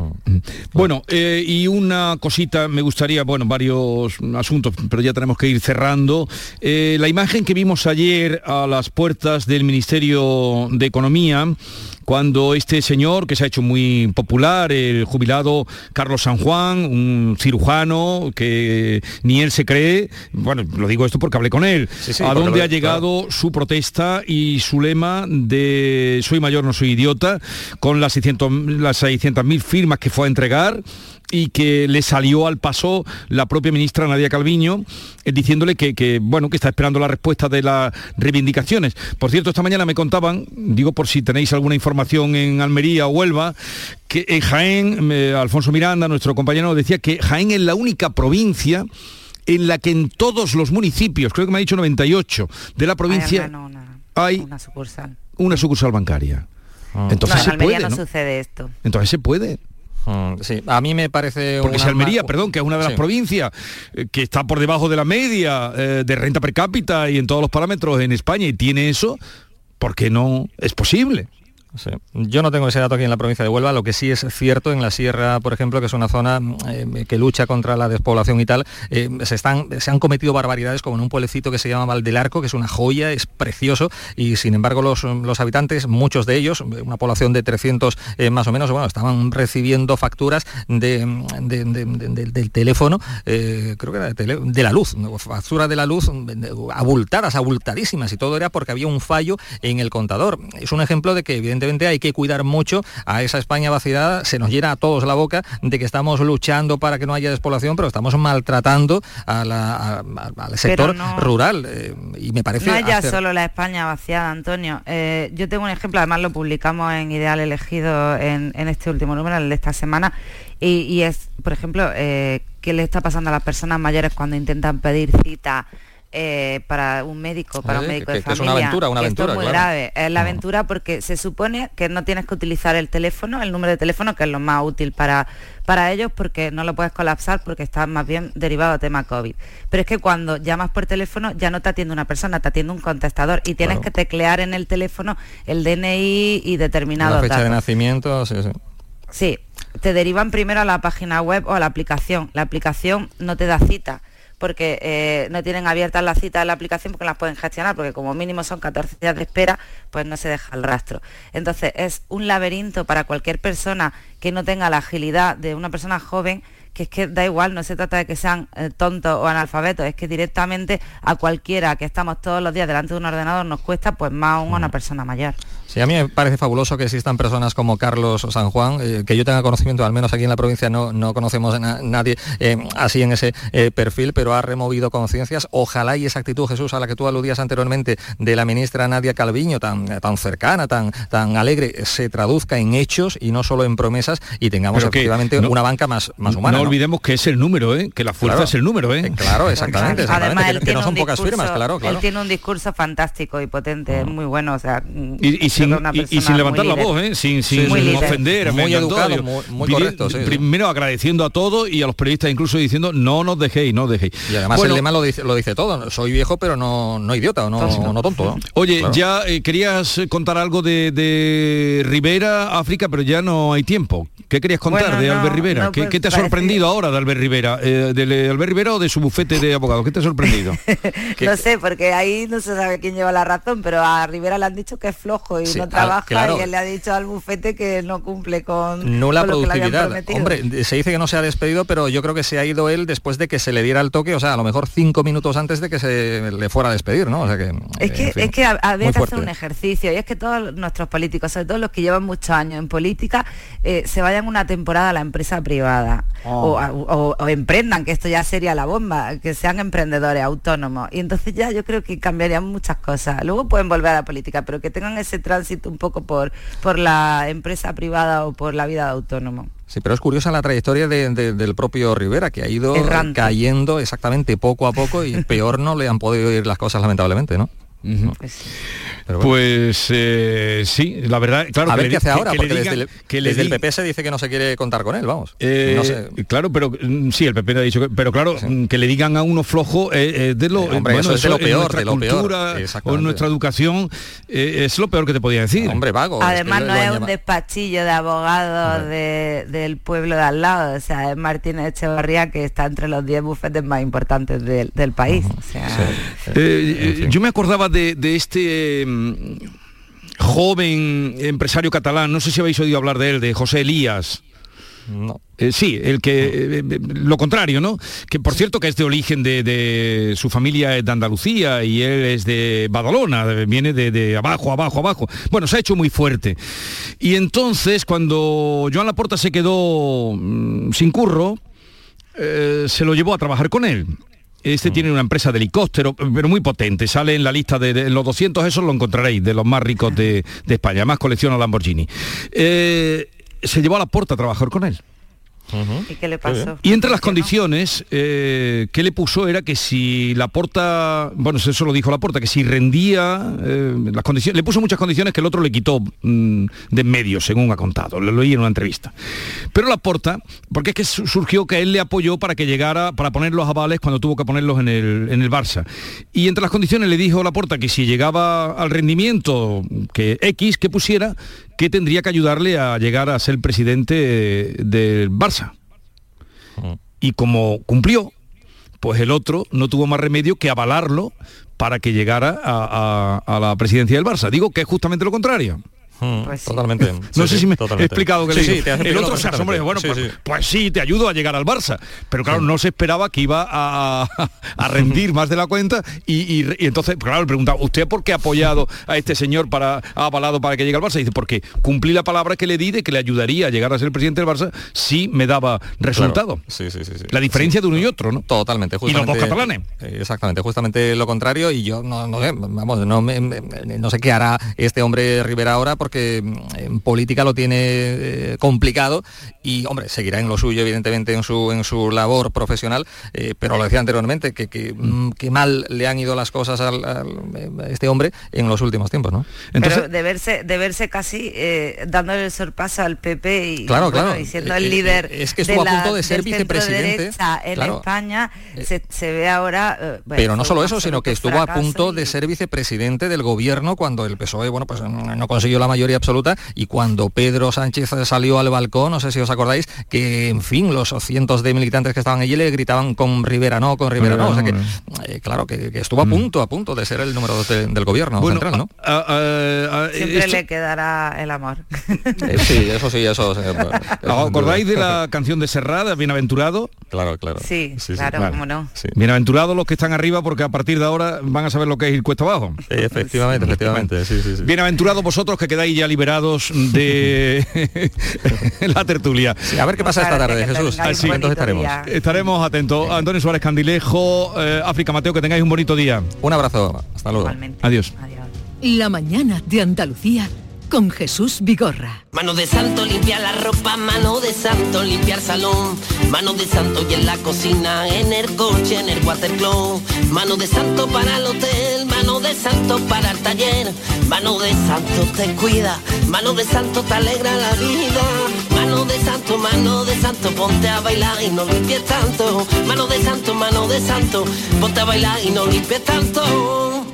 A: Bueno, eh, y una cosita, me gustaría, bueno, varios asuntos, pero ya tenemos que ir cerrando. Eh, la imagen que vimos ayer a las puertas del Ministerio de Economía, cuando este señor, que se ha hecho muy popular, el jubilado Carlos San Juan, un cirujano que ni él se cree, bueno, lo digo esto porque hablé con él,
K: sí, sí,
A: a dónde
K: lo,
A: ha llegado claro. su protesta y su lema de soy mayor, no soy idiota, con las seiscientas mil firmas que fue a entregar y que le salió al paso la propia ministra Nadia Calviño eh, diciéndole que, que, bueno, que está esperando la respuesta de las reivindicaciones. Por cierto, esta mañana me contaban, digo por si tenéis alguna información en Almería o Huelva, que en Jaén, eh, Alfonso Miranda, nuestro compañero, decía que Jaén es la única provincia en la que en todos los municipios, creo que me ha dicho noventa y ocho, de la provincia,
J: hay una, una,
A: hay
J: una sucursal.
A: Una sucursal bancaria.
K: Oh.
A: Entonces
J: no, en
A: se
J: Almería
A: puede,
J: no,
A: ¿no?
J: sucede esto.
A: Entonces se puede.
K: Sí, a mí me parece...
A: Porque
K: una
A: si Almería,
K: ma...
A: perdón, que es una de las
K: sí.
A: provincias eh, que está por debajo de la media eh, de renta per cápita y en todos los parámetros en España y tiene eso, ¿por qué no es posible?
K: Sí. Yo no tengo ese dato aquí en la provincia de Huelva, lo que sí es cierto en la sierra, por ejemplo, que es una zona eh, que lucha contra la despoblación y tal, eh, se, están, se han cometido barbaridades como en un pueblecito que se llama Valdelarco, que es una joya, es precioso, y sin embargo los, los habitantes, muchos de ellos, una población de trescientos eh, más o menos, bueno, estaban recibiendo facturas de, de, de, de, de, del teléfono, eh, creo que era de, tele, de la luz, factura de la luz abultadas, abultadísimas, y todo era porque había un fallo en el contador. Es un ejemplo de que evidentemente hay que cuidar mucho a esa España vaciada, se nos llena a todos la boca de que estamos luchando para que no haya despoblación, pero estamos maltratando a la, a, a, al sector no, rural eh, y me parece...
J: No es ya
K: hacer...
J: solo la España vaciada, Antonio. Eh, yo tengo un ejemplo, además lo publicamos en Ideal Elegido en, en este último número, el de esta semana, y, y es, por ejemplo, eh, qué le está pasando a las personas mayores cuando intentan pedir cita Eh, para un médico, para un médico
K: que,
J: de familia.
K: Que es una aventura, una aventura,
J: esto es muy
K: claro.
J: grave. Es la aventura porque se supone que no tienes que utilizar el teléfono, el número de teléfono, que es lo más útil para, para ellos, porque no lo puedes colapsar porque está más bien derivado del tema COVID. Pero es que cuando llamas por teléfono ya no te atiende una persona, te atiende un contestador y tienes claro. que teclear en el teléfono el D N I y determinados datos.
K: La fecha datos. de nacimiento, sí, sí.
J: Sí, te derivan primero a la página web o a la aplicación. La aplicación no te da cita, porque eh, no tienen abiertas las citas de la aplicación porque las pueden gestionar, porque como mínimo son catorce días de espera, pues no se deja el rastro. Entonces es un laberinto para cualquier persona que no tenga la agilidad de una persona joven que es que da igual, no se trata de que sean eh, tontos o analfabetos, es que directamente a cualquiera que estamos todos los días delante de un ordenador nos cuesta, pues más aún a una persona mayor.
K: Sí, a mí me parece fabuloso que existan personas como Carlos San Juan, eh, que yo tenga conocimiento, al menos aquí en la provincia no, no conocemos a na- nadie eh, así en ese eh, perfil, pero ha removido conciencias. Ojalá y esa actitud, Jesús, a la que tú aludías anteriormente, de la ministra Nadia Calviño, tan, tan cercana, tan, tan alegre, se traduzca en hechos y no solo en promesas, y tengamos
A: Pero que
K: efectivamente
A: no,
K: una banca más, más humana.
A: No,
K: ¿no?
A: olvidemos que es el número, ¿eh? Que la fuerza
K: Claro.
A: es el número, ¿eh?
K: Eh, claro, exactamente, exactamente,
J: Además,
K: que, que no son pocas firmas, claro, claro.
J: Él tiene un discurso fantástico y potente, es muy bueno, o sea,
A: Y, y sin, y, y sin levantar la voz, ¿eh? sin, sin
J: Sí,
A: ofender,
K: muy
A: me encantó.
K: educado, muy, muy
A: Pide-
K: correcto. Sí, sí.
A: Primero agradeciendo a todos y a los periodistas incluso diciendo no nos dejéis, no os dejéis.
K: Y además
A: Bueno,
K: el lema lo dice, lo dice todo. Soy viejo, pero no, no idiota, o no, no tonto. ¿no?
A: Oye,
K: Claro.
A: ya eh, querías eh, contar algo de, de Rivera, África, pero ya no hay tiempo. ¿Qué querías contar
J: Bueno,
A: de
J: no,
A: Albert Rivera?
J: no,
A: ¿Qué,
J: pues,
A: qué te ha
J: parece-
A: sorprendido ahora de Albert Rivera? Eh, ¿De Albert Rivera o de su bufete de abogados? ¿Qué te ha sorprendido?
J: No sé, porque ahí no se sabe quién lleva la razón, pero a Rivera le han dicho que es flojo y
K: Sí,
J: no
K: al-
J: trabaja,
K: claro.
J: y él le ha dicho al bufete que no cumple con,
K: Nula
J: con lo que le habían
K: productividad.
J: prometido.
K: Hombre, se dice que no se ha despedido, pero yo creo que se ha ido él después de que se le diera el toque, o sea, a lo mejor cinco minutos antes de que se le fuera a despedir, ¿no? O sea que,
J: Es
K: eh,
J: que,
K: en fin,
J: es que ha- había
K: muy
J: que
K: fuerte.
J: hacer un ejercicio, y es que todos nuestros políticos, sobre todo los que llevan muchos años en política, eh, se vayan una temporada a la empresa privada
K: Oh.
J: o, a- o- o emprendan, que esto ya sería la bomba, que sean emprendedores autónomos, y entonces ya yo creo que cambiarían muchas cosas. Luego pueden volver a la política, pero que tengan ese tránsito un poco por, por la empresa privada o por la vida de autónomo.
K: Sí, pero es curiosa la trayectoria de- de- del propio Rivera, que ha ido
J: Errante.
K: cayendo exactamente poco a poco y peor no le han podido ir las cosas, lamentablemente, ¿no? Pero bueno.
A: Pues eh, sí, la verdad, claro.
K: a
A: que
K: ver
A: le
K: qué
A: di-
K: hace
A: que-
K: ahora,
A: que le
K: porque
A: digan-
K: desde, el,
A: que le
K: desde el
A: di-
K: P P se dice que no se quiere contar con él, vamos.
A: Eh,
K: no sé.
A: Claro, pero mm, sí, el P P le ha dicho que, pero claro, mm, que le digan a uno flojo eh, eh, de lo,
K: Eh, hombre,
A: bueno,
K: eso es de lo
A: en
K: peor,
A: nuestra
K: de lo peor.
A: cultura o en
K: Exactamente.
A: nuestra educación eh, es lo peor que te podía decir.
K: Hombre, vago.
J: Además
K: que
J: no
K: lo han
J: es un
K: llamado-
J: despachillo de abogados de- del pueblo de al lado, o sea, es Martínez Echevarría, que está entre los diez bufetes más importantes del, del país. O sea,
A: Eh, eh, yo me acordaba de, de este mm, joven empresario catalán, no sé si habéis oído hablar de él, de José Elías.
K: No.
A: Eh, sí, el que eh, eh, lo contrario, ¿no? Que por cierto que es de origen de, de su familia es de Andalucía y él es de Badalona, de- viene de, de abajo, abajo, abajo. Bueno, se ha hecho muy fuerte. Y entonces cuando Joan Laporta se quedó mm, sin curro, eh, se lo llevó a trabajar con él. Este tiene una empresa de helicóptero, pero muy potente. Sale en la lista de, de los doscientos, esos lo encontraréis, de los más ricos de, de España. Además colecciona Lamborghini. Eh, se llevó a Laporta a trabajar con él.
J: ¿y qué le pasó?
A: Y entre las condiciones eh, que le puso era que si Laporta, bueno, eso lo dijo Laporta, que si rendía eh, las condiciones, le puso muchas condiciones que el otro le quitó mm, de en medio, según ha contado, lo leí en una entrevista. Pero Laporta, porque es que su- surgió que él le apoyó para que llegara, para poner los avales cuando tuvo que ponerlos en el, en el Barça. Y entre las condiciones le dijo Laporta que si llegaba al rendimiento que X que pusiera, que tendría que ayudarle a llegar a ser presidente eh, del Barça. Y como cumplió, pues el otro no tuvo más remedio que avalarlo para que llegara a, a- a la presidencia del Barça. Digo que es justamente lo contrario.
K: Pues sí. Totalmente.
A: No
K: Sí,
A: sé
K: sí,
A: si me he
K: totalmente.
A: explicado que
K: Sí,
A: le
K: sí,
A: digo.
K: te has
A: El
K: explicado
A: otro se asombra y dice, bueno,
K: perfectamente.
A: pues,
K: Sí, sí.
A: pues sí, te ayudo a llegar al Barça. Pero claro, no se esperaba que iba a, a rendir más de la cuenta y, y- y entonces, claro, le preguntaba, ¿usted por qué ha apoyado a este señor, para ha avalado para que llegue al Barça? Y dice, porque cumplí la palabra que le di de que le ayudaría a llegar a ser presidente del Barça si me daba resultado.
K: Claro. Sí, sí, sí, sí.
A: La diferencia de uno y otro, ¿no?
K: Totalmente,
A: Y los
K: justamente.
A: dos catalanes.
K: eh, Exactamente, justamente lo contrario. Y yo no, no sé, vamos, no, me- me- no sé qué hará este hombre Rivera ahora, porque mm, en política lo tiene eh, complicado y, hombre, seguirá en lo suyo, evidentemente, en su en su labor profesional, eh, pero lo decía anteriormente, que, que, mm, que mal le han ido las cosas al, al- a este hombre en los últimos tiempos, ¿no?
J: Pero de verse, de verse casi eh, dándole el sorpaso al P P y,
K: Claro,
J: bueno,
K: claro.
J: y siendo
K: Eh,
J: el
K: eh,
J: líder
K: es que estuvo
J: de
K: a
J: la-
K: punto de ser
J: del
K: vicepresidente.
J: centro-derecha en
K: Claro.
J: España, se, se ve ahora... eh, bueno,
K: Pero no
J: fue
K: solo
J: un
K: eso, sino que
J: absoluto
K: estuvo a
J: fracaso
K: punto
J: y-
K: de ser vicepresidente del gobierno cuando el P S O E, bueno, pues no no consiguió la mayoría absoluta, y cuando Pedro Sánchez salió al balcón, no sé si os acordáis, que en fin, los cientos de militantes que estaban allí le gritaban con Rivera no, con Rivera no, o sea que, eh, claro, que, que estuvo a punto, a punto de ser el número dos de, del gobierno bueno, central, ¿no?
J: A, a, a, Siempre esto... le quedará el amor.
K: Eh, sí, eso sí, eso. Eh,
A: ¿Acordáis de la canción de Serrat, Bienaventurado?
K: Claro, claro.
J: Sí, sí claro, sí. Vale. Cómo no.
A: Sí. Bienaventurados los que están arriba, porque a partir de ahora van a saber lo que es ir cuesta abajo.
K: Sí, efectivamente, efectivamente. Sí, sí, sí.
A: Bienaventurados vosotros que quedáis ya liberados de la tertulia.
K: Sí, a ver qué pasa esta tarde, Jesús.
A: Así, entonces estaremos. Día. Estaremos atentos. Antonio Suárez Candilejo, eh, África Mateo, que tengáis un bonito día.
K: Un abrazo. Hasta luego.
J: Igualmente.
A: Adiós.
J: Adiós.
B: La mañana de Andalucía con Jesús Vigorra.
C: Mano de santo limpia la ropa, mano de santo limpiar salón, mano de santo y en la cocina, en el coche, en el watercloak, mano de santo para el hotel, mano de santo para el taller, mano de santo te cuida, mano de santo te alegra la vida, mano de santo, mano de santo, ponte a bailar y no limpies tanto, mano de santo, mano de santo, ponte a bailar y no limpies tanto.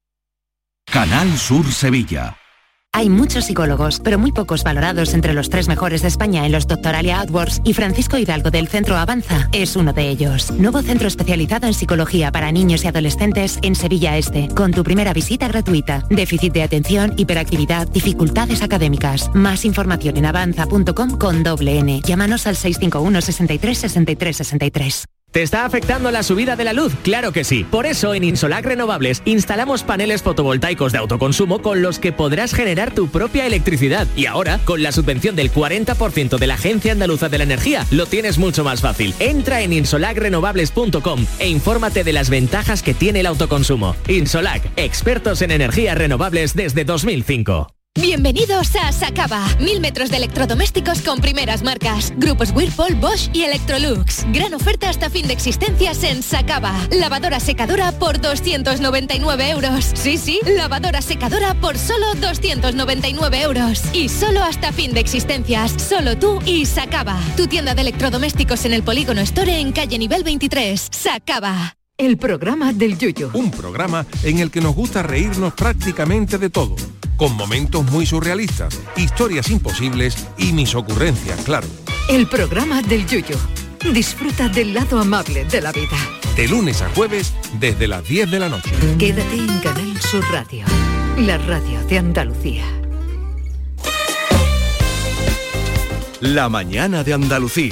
P: Canal Sur Sevilla.
V: Hay muchos psicólogos, pero muy pocos valorados entre los tres mejores de España en los Doctoralia AdWords, y Francisco Hidalgo del Centro Avanza es uno de ellos. Nuevo centro especializado en psicología para niños y adolescentes en Sevilla Este, con tu primera visita gratuita. Déficit de atención, hiperactividad, dificultades académicas. Más información en avanza punto com con doble N. Llámanos al seis cinco uno, sesenta y tres, sesenta y tres, sesenta y tres.
W: ¿Te está afectando la subida de la luz? Claro que sí. Por eso en Insolac Renovables instalamos paneles fotovoltaicos de autoconsumo con los que podrás generar tu propia electricidad. Y ahora, con la subvención del cuarenta por ciento de la Agencia Andaluza de la Energía, lo tienes mucho más fácil. Entra en insolac renovables punto com e infórmate de las ventajas que tiene el autoconsumo. Insolac, expertos en energías renovables desde dos mil cinco.
S: Bienvenidos a Sacaba. Mil metros de electrodomésticos con primeras marcas. Grupos Whirlpool, Bosch y Electrolux. Gran oferta hasta fin de existencias en Sacaba. Lavadora secadora por doscientos noventa y nueve euros. Sí, sí, lavadora secadora por solo doscientos noventa y nueve euros. Y solo hasta fin de existencias. Solo tú y Sacaba. Tu tienda de electrodomésticos en el Polígono Store en calle nivel veintitrés. Sacaba.
B: El programa del Yuyu.
D: Un programa en el que nos gusta reírnos prácticamente de todo, con momentos muy surrealistas, historias imposibles y mis ocurrencias, claro.
B: El programa del Yuyu. Disfruta del lado amable de la vida.
D: De lunes a jueves, desde las diez de la noche.
B: Quédate en Canal Sur Radio, la radio de Andalucía.
P: La mañana de Andalucía.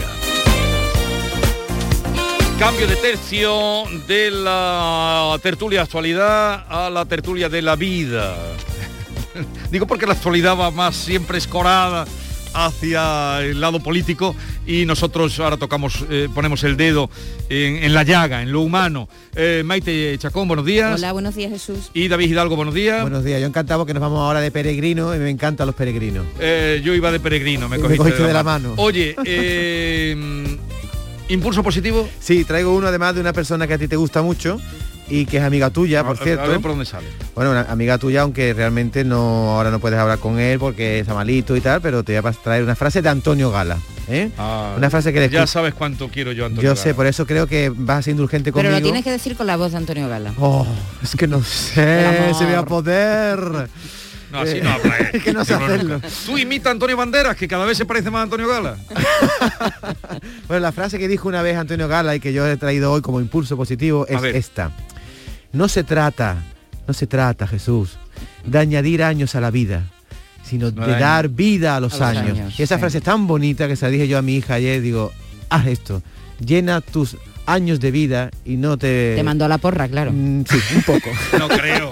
A: Cambio de tercio de la tertulia actualidad a la tertulia de la vida. Digo porque la actualidad va más siempre escorada hacia el lado político y nosotros ahora tocamos, eh, ponemos el dedo en, en la llaga, en lo humano. Eh, Maite Chacón, buenos días.
E: Hola, buenos días, Jesús.
A: Y David Hidalgo, buenos días.
X: Buenos días, yo encantado que nos vamos ahora de peregrino y me encantan los peregrinos.
A: Eh, yo iba de peregrino, me,
X: me
A: cogiste,
X: cogiste de, la
A: de la
X: mano.
A: mano. Oye, eh... ¿impulso positivo?
X: Sí, traigo uno además de una persona que a ti te gusta mucho y que es amiga tuya, por
A: a,
X: cierto.
A: A ver por dónde sale.
X: Bueno, una amiga tuya, aunque realmente no ahora no puedes hablar con él porque está malito y tal, pero te voy a traer una frase de Antonio Gala. ¿eh?
A: Ah,
X: una frase que le
A: ya sabes cuánto quiero yo a Antonio
X: Yo
A: Gala.
X: sé, por eso creo que vas a ser indulgente conmigo.
E: Pero lo tienes que decir con la voz de Antonio Gala.
X: Oh, es que no sé si voy a poder.
A: No, así no habla él.
X: Es que no sé hacerlo.
A: Tú imita a Antonio Banderas, que cada vez se parece más a Antonio Gala.
X: Bueno, la frase que dijo una vez Antonio Gala y que yo he traído hoy como impulso positivo es esta. No se trata, no se trata, Jesús, de añadir años a la vida, sino no de daño. dar vida a los, a los años. años. Y esa sí. frase es tan bonita que se la dije yo a mi hija ayer, digo, haz esto, llena tus años de vida y no te...
E: Te mandó a la porra, claro.
X: Mm, sí, un poco.
A: No creo.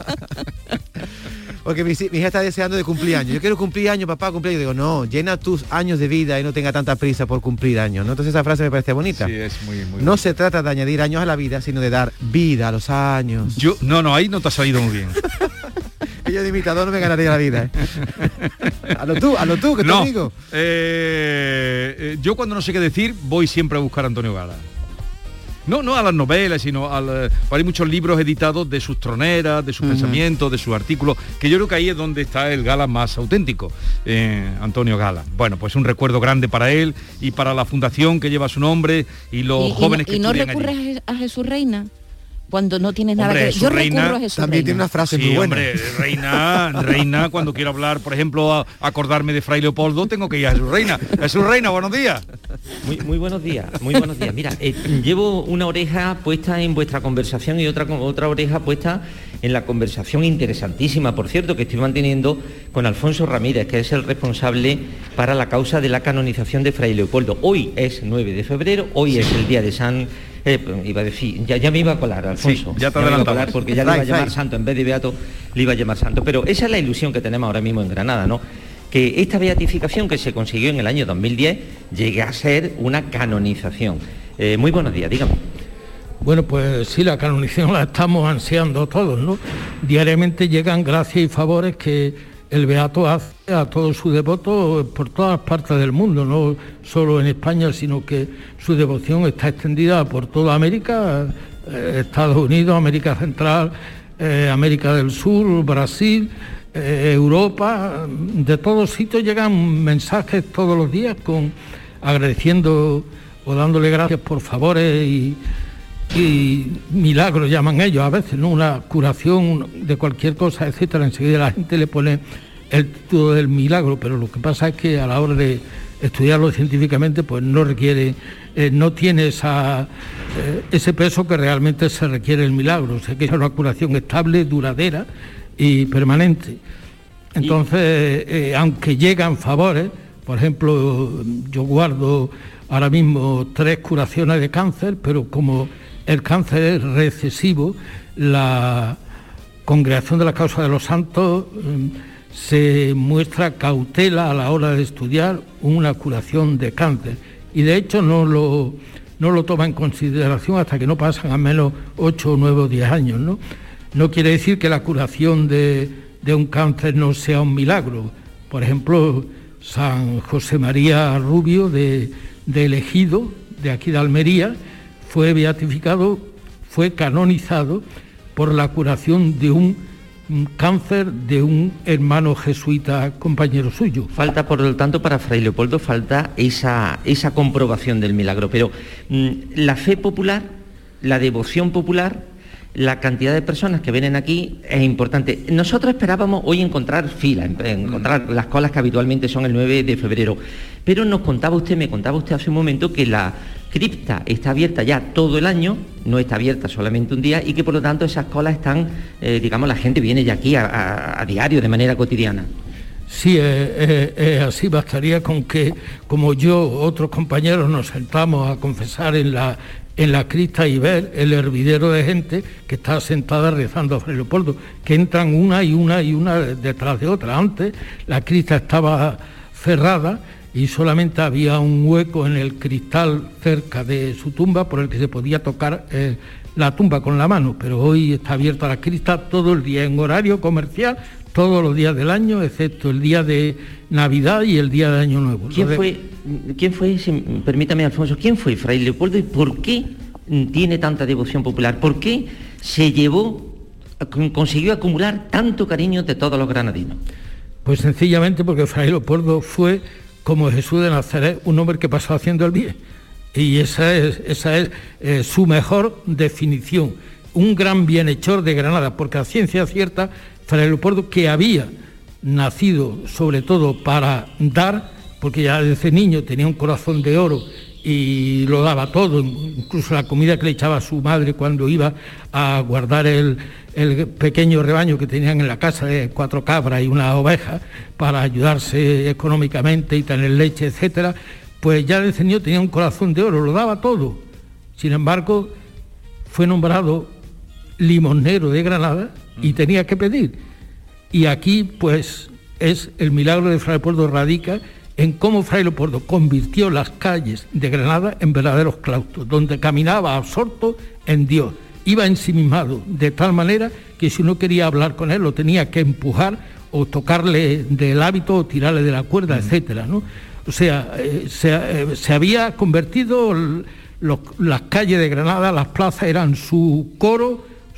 X: Porque mi, mi hija está deseando de cumplir años. Yo quiero cumplir años, papá, cumplir años. Digo, no, llena tus años de vida y no tenga tanta prisa por cumplir años, ¿no? Entonces esa frase me parece bonita.
A: Sí, es muy, muy
X: No
A: bonita.
X: se trata de añadir años a la vida, sino de dar vida a los años.
A: Yo, no, no, ahí no te ha salido muy bien.
X: Yo de imitador no me ganaría la vida, ¿eh? A lo tú, a lo tú, que
A: no,
X: te digo.
A: Eh, eh, yo cuando no sé qué decir, voy siempre a buscar a Antonio Gala. No, no a las novelas, sino al... Hay muchos libros editados de sus troneras, de sus uh-huh. pensamientos, de sus artículos, que yo creo que ahí es donde está el Gala más auténtico, eh, Antonio Gala. Bueno, pues un recuerdo grande para él y para la fundación que lleva su nombre y los
E: ¿Y,
A: jóvenes
E: y,
A: que
E: ¿Y no
A: estudian
E: recurres
A: allí.
E: a Jesús Reina? cuando no tienes nada
A: Hombre,
E: que
A: su
E: yo
A: reina
E: recurro a Jesús
X: también
E: Reina.
X: tiene una frase
A: Sí,
X: muy buena.
A: hombre, reina, reina, cuando quiero hablar, por ejemplo, a acordarme de Fray Leopoldo, tengo que ir a Jesús Reina. Jesús Reina, buenos días.
F: Muy, muy buenos días, muy buenos días. Mira, eh, llevo una oreja puesta en vuestra conversación y otra, otra oreja puesta en la conversación interesantísima, por cierto, que estoy manteniendo con Alfonso Ramírez, que es el responsable para la causa de la canonización de Fray Leopoldo. Hoy es nueve de febrero, hoy es el día de San... Eh, iba a decir, ya, ya me iba a colar, Alfonso.
A: Sí, ya te
F: ya me iba a
A: adelantamos.
F: colar porque ya le iba a llamar santo, en vez de beato le iba a llamar santo. Pero esa es la ilusión que tenemos ahora mismo en Granada, ¿no? Que esta beatificación que se consiguió en el año dos mil diez llegue a ser una canonización. Eh, muy buenos días, dígame.
G: Bueno, pues sí, la canonización la estamos ansiando todos, ¿no? Diariamente llegan gracias y favores que el beato hace a todos sus devotos por todas partes del mundo, no solo en España, sino que su devoción está extendida por toda América, eh, Estados Unidos, América Central, eh, América del Sur, Brasil, eh, Europa. De todos sitios llegan mensajes todos los días con agradeciendo o dándole gracias por favores y y milagros llaman ellos a veces, ¿no? Una curación de cualquier cosa, etcétera. Enseguida la gente le pone el título del milagro, pero lo que pasa es que a la hora de estudiarlo científicamente pues no requiere, eh, no tiene esa, eh, ese peso que realmente se requiere el milagro. O sea que es una curación estable, duradera y permanente. Entonces, eh, aunque llegan favores, por ejemplo, yo guardo ahora mismo tres curaciones de cáncer, pero como el cáncer es recesivo, la Congregación de la Causa de los Santos eh, se muestra cautela a la hora de estudiar una curación de cáncer y de hecho no lo, no lo toma en consideración hasta que no pasan al menos ocho, nueve o diez años, ¿no? No quiere decir que la curación de, de un cáncer no sea un milagro. Por ejemplo, San José María Rubio de, de Ejido, de aquí de Almería, fue beatificado, fue canonizado por la curación de un, un cáncer de un hermano jesuita compañero suyo.
F: Falta, por lo tanto, para Fray Leopoldo, falta esa, esa comprobación del milagro. Pero mmm, la fe popular, la devoción popular, la cantidad de personas que vienen aquí es importante. Nosotros esperábamos hoy encontrar filas, encontrar las colas que habitualmente son el nueve de febrero, pero nos contaba usted, me contaba usted hace un momento que la cripta está abierta ya todo el año, no está abierta solamente un día y que por lo tanto esas colas están, eh, digamos, la gente viene ya aquí a, a, a diario, de manera cotidiana.
G: Sí, es eh, eh, así, bastaría con que, como yo, otros compañeros nos sentamos a confesar en la, en la cripta y ver el hervidero de gente que está sentada rezando a Fray Leopoldo, que entran una y una y una detrás de otra. Antes la cripta estaba cerrada y solamente había un hueco en el cristal cerca de su tumba por el que se podía tocar eh, la tumba con la mano, pero hoy está abierta la cripta todo el día en horario comercial, todos los días del año, excepto el día de Navidad y el día de Año Nuevo.
F: ¿Quién fue, quién fue, si, permítame Alfonso, quién fue Fray Leopoldo y por qué tiene tanta devoción popular? ¿Por qué se llevó, consiguió acumular tanto cariño de todos los granadinos?
G: Pues sencillamente porque Fray Leopoldo fue, como Jesús de Nazaret, un hombre que pasó haciendo el bien. Y esa es, esa es eh, su mejor definición. Un gran bienhechor de Granada, porque a ciencia cierta, Fray Leopoldo, que había nacido sobre todo para dar, porque ya desde niño tenía un corazón de oro y lo daba todo, incluso la comida que le echaba a su madre cuando iba a guardar el, el pequeño rebaño que tenían en la casa de cuatro cabras y una oveja para ayudarse económicamente y tener leche, etcétera, pues ya desde niño tenía un corazón de oro, lo daba todo. Sin embargo, fue nombrado limosnero de Granada y tenía que pedir. Y aquí, pues, es el milagro de Fray Leopoldo radica en cómo Fray Leopoldo convirtió las calles de Granada en verdaderos claustros, donde caminaba absorto en Dios. Iba ensimismado de tal manera que si uno quería hablar con él lo tenía que empujar o tocarle del hábito o tirarle de la cuerda, uh-huh. etcétera, ¿no? O sea, eh, se, eh, se había convertido los, las calles de Granada, las plazas eran su coro,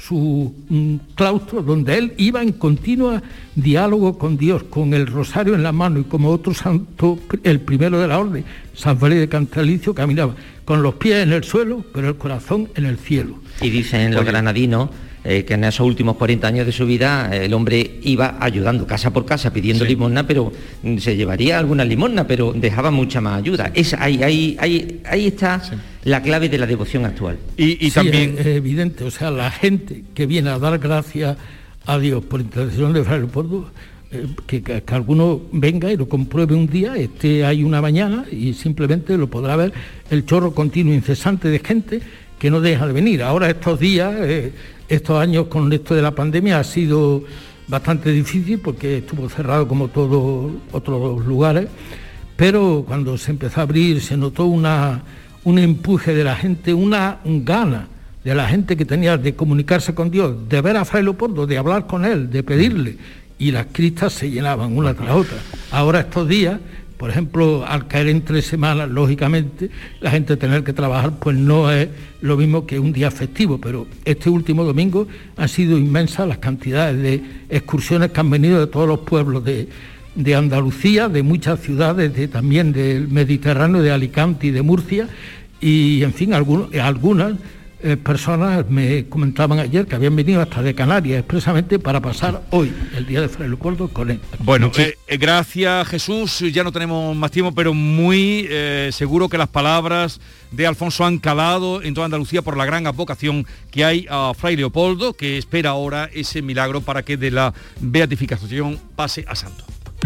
G: su mm, claustro, donde él iba en continuo diálogo con Dios, con el rosario en la mano, y como otro santo, el primero de la orden, San Félix de Cantalicio, caminaba con los pies en el suelo, pero el corazón en el cielo.
F: Y dicen los granadinos eh, que en esos últimos cuarenta años de su vida eh, el hombre iba ayudando casa por casa pidiendo sí. limosna, pero mm, se llevaría alguna limosna, pero dejaba mucha más ayuda. Es, ahí, ahí, ahí, ahí está sí. la clave de la devoción actual.
G: Y, y sí, también es, es evidente, o sea, la gente que viene a dar gracias a Dios por intercesión de Fray Leopoldo, eh, que, que, que alguno venga y lo compruebe un día, esté ahí una mañana y simplemente lo podrá ver, el chorro continuo incesante de gente que no deja de venir. Ahora estos días, eh, estos años con esto de la pandemia ha sido bastante difícil porque estuvo cerrado como todos otros lugares, pero cuando se empezó a abrir se notó una, un empuje de la gente, una gana de la gente que tenía de comunicarse con Dios, de ver a Fray Leopoldo, de hablar con él, de pedirle, y las cristas se llenaban una tras otra. Ahora estos días, por ejemplo, al caer en tres semanas, lógicamente, la gente tener que trabajar, pues no es lo mismo que un día festivo, pero este último domingo han sido inmensas las cantidades de excursiones que han venido de todos los pueblos de, de Andalucía, de muchas ciudades, de, también del Mediterráneo, de Alicante y de Murcia, y en fin, algunos, algunas eh, personas me comentaban ayer que habían venido hasta de Canarias expresamente para pasar hoy, el día de Fray Leopoldo, con él.
A: Bueno, eh, eh, gracias Jesús, ya no tenemos más tiempo, pero muy eh, seguro que las palabras de Alfonso han calado en toda Andalucía por la gran advocación que hay a Fray Leopoldo, que espera ahora ese milagro para que de la beatificación pase a santo.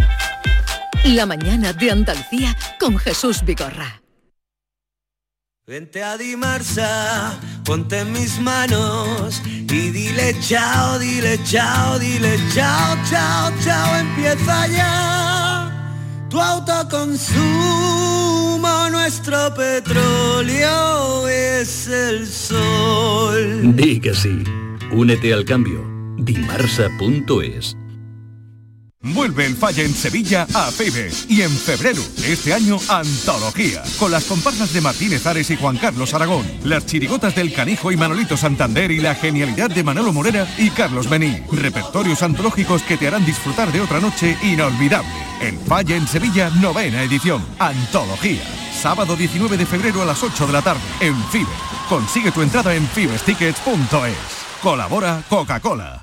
B: La mañana de Andalucía con Jesús Vigorra.
C: Vente a Dimarsa, ponte en mis manos y dile chao, dile chao, dile chao, chao, chao, empieza ya tu autoconsumo, nuestro petróleo es el sol.
O: Di que sí, únete al cambio, dimarsa punto es.
H: Vuelve el Falla en Sevilla a FIBE y en febrero, este año, Antología, con las comparsas de Martínez Ares y Juan Carlos Aragón, las chirigotas del Canijo y Manolito Santander y la genialidad de Manolo Morera y Carlos Bení. Repertorios antológicos que te harán disfrutar de otra noche inolvidable. El Falla en Sevilla, novena edición, Antología. Sábado diecinueve de febrero a las ocho de la tarde, en FIBE. Consigue tu entrada en fibes tickets punto es. Colabora Coca-Cola.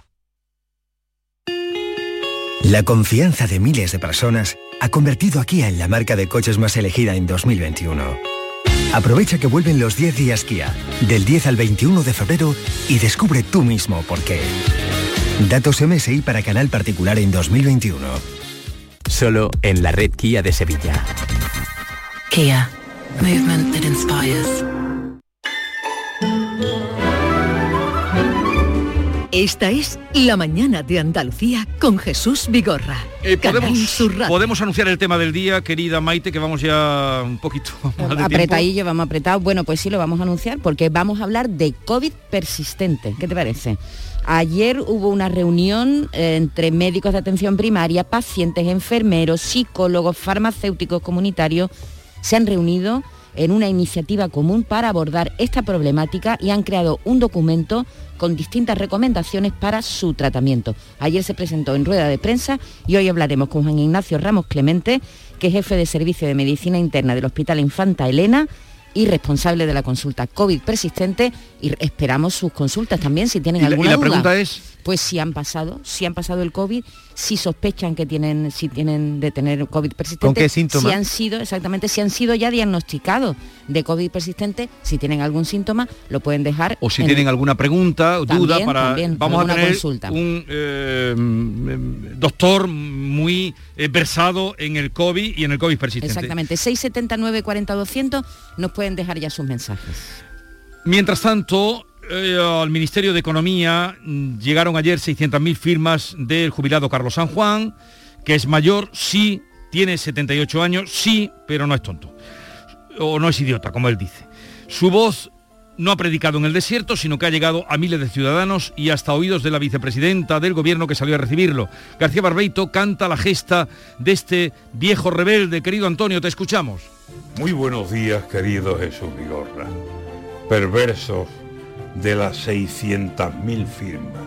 I: La confianza de miles de personas ha convertido a Kia en la marca de coches más elegida en dos mil veintiuno. Aprovecha que vuelven los diez días Kia, del diez al veintiuno de febrero, y descubre tú mismo por qué. Datos M S I para canal particular en dos mil veintiuno.
O: Solo en la red Kia de Sevilla.
B: Kia. Movement that inspires. Esta es La mañana de Andalucía con Jesús Vigorra.
A: Eh, podemos, podemos anunciar el tema del día, querida Maite, que vamos ya un poquito más de
E: apretadillo,
A: tiempo.
E: vamos apretados. Bueno, pues sí, lo vamos a anunciar porque vamos a hablar de COVID persistente. ¿Qué te parece? Ayer hubo una reunión eh, entre médicos de atención primaria, pacientes, enfermeros, psicólogos, farmacéuticos comunitarios. Se han reunido en una iniciativa común para abordar esta problemática y han creado un documento con distintas recomendaciones para su tratamiento. Ayer se presentó en rueda de prensa y hoy hablaremos con Juan Ignacio Ramos Clemente, que es jefe de Servicio de Medicina Interna del Hospital Infanta Elena y responsable de la consulta COVID persistente, y esperamos sus consultas también si tienen
A: ¿Y
E: alguna
A: la, y la
E: duda.
A: pregunta es?
E: Pues si han pasado, si han pasado el COVID, si sospechan que tienen, si tienen de tener COVID persistente.
X: ¿Con qué síntomas?
E: Si han sido, exactamente, si han sido ya diagnosticados de COVID persistente, si tienen algún síntoma, lo pueden dejar.
A: O si
E: en
A: tienen alguna pregunta o duda
E: también,
A: para.
E: También,
A: vamos a tener
E: consulta.
A: un eh, doctor muy eh, versado en el COVID y en el COVID persistente.
E: Exactamente. seis setenta y nueve cuarenta doscientos nos pueden dejar ya sus mensajes.
A: Mientras tanto, Eh, al Ministerio de Economía llegaron ayer seiscientas mil firmas del jubilado Carlos San Juan, que es mayor, sí, tiene setenta y ocho años, sí, pero no es tonto, o no es idiota, como él dice. Su voz no ha predicado en el desierto, sino que ha llegado a miles de ciudadanos y hasta oídos de la vicepresidenta del gobierno que salió a recibirlo. García Barbeito canta la gesta de este viejo rebelde. Querido Antonio, te escuchamos.
L: Muy buenos días, querido Jesús Vigorra. Perversos de las seiscientas mil firmas.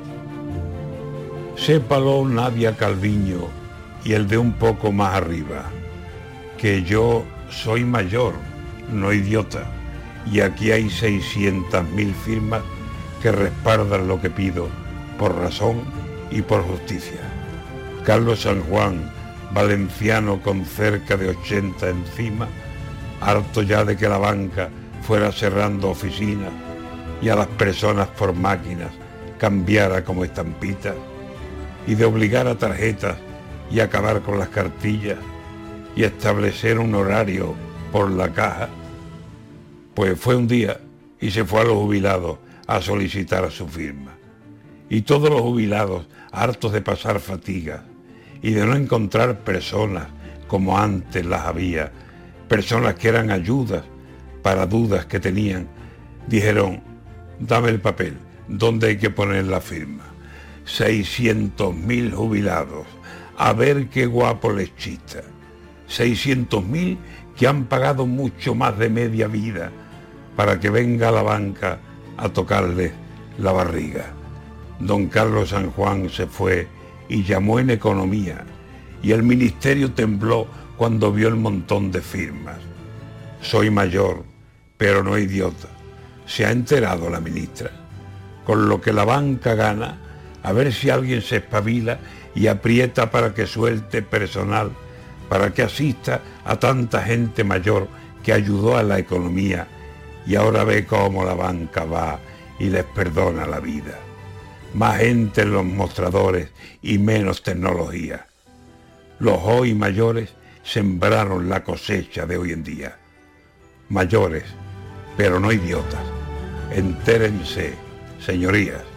L: Sépalo Nadia Calviño y el de un poco más arriba, que yo soy mayor, no idiota, y aquí hay seiscientas mil firmas que respaldan lo que pido por razón y por justicia. Carlos San Juan, valenciano con cerca de ochenta encima, harto ya de que la banca fuera cerrando oficinas y a las personas por máquinas cambiara como estampitas, y de obligar a tarjetas y acabar con las cartillas y establecer un horario por la caja, pues fue un día y se fue a los jubilados a solicitar su firma. Y todos los jubilados, hartos de pasar fatigas y de no encontrar personas como antes las había, personas que eran ayudas para dudas que tenían, dijeron: dame el papel, ¿dónde hay que poner la firma? seiscientos mil jubilados, a ver qué guapo les chista. seiscientos mil que han pagado mucho más de media vida para que venga la banca a tocarles la barriga. Don Carlos San Juan se fue y llamó en economía, y el ministerio tembló cuando vio el montón de firmas. Soy mayor, pero no idiota. Se ha enterado la ministra. Con lo que la banca gana, a ver si alguien se espabila y aprieta para que suelte personal, para que asista a tanta gente mayor que ayudó a la economía y ahora ve cómo la banca va y les perdona la vida. Más gente en los mostradores y menos tecnología. Los hoy mayores sembraron la cosecha de hoy en día. Mayores, pero no idiotas. Entérense, señorías.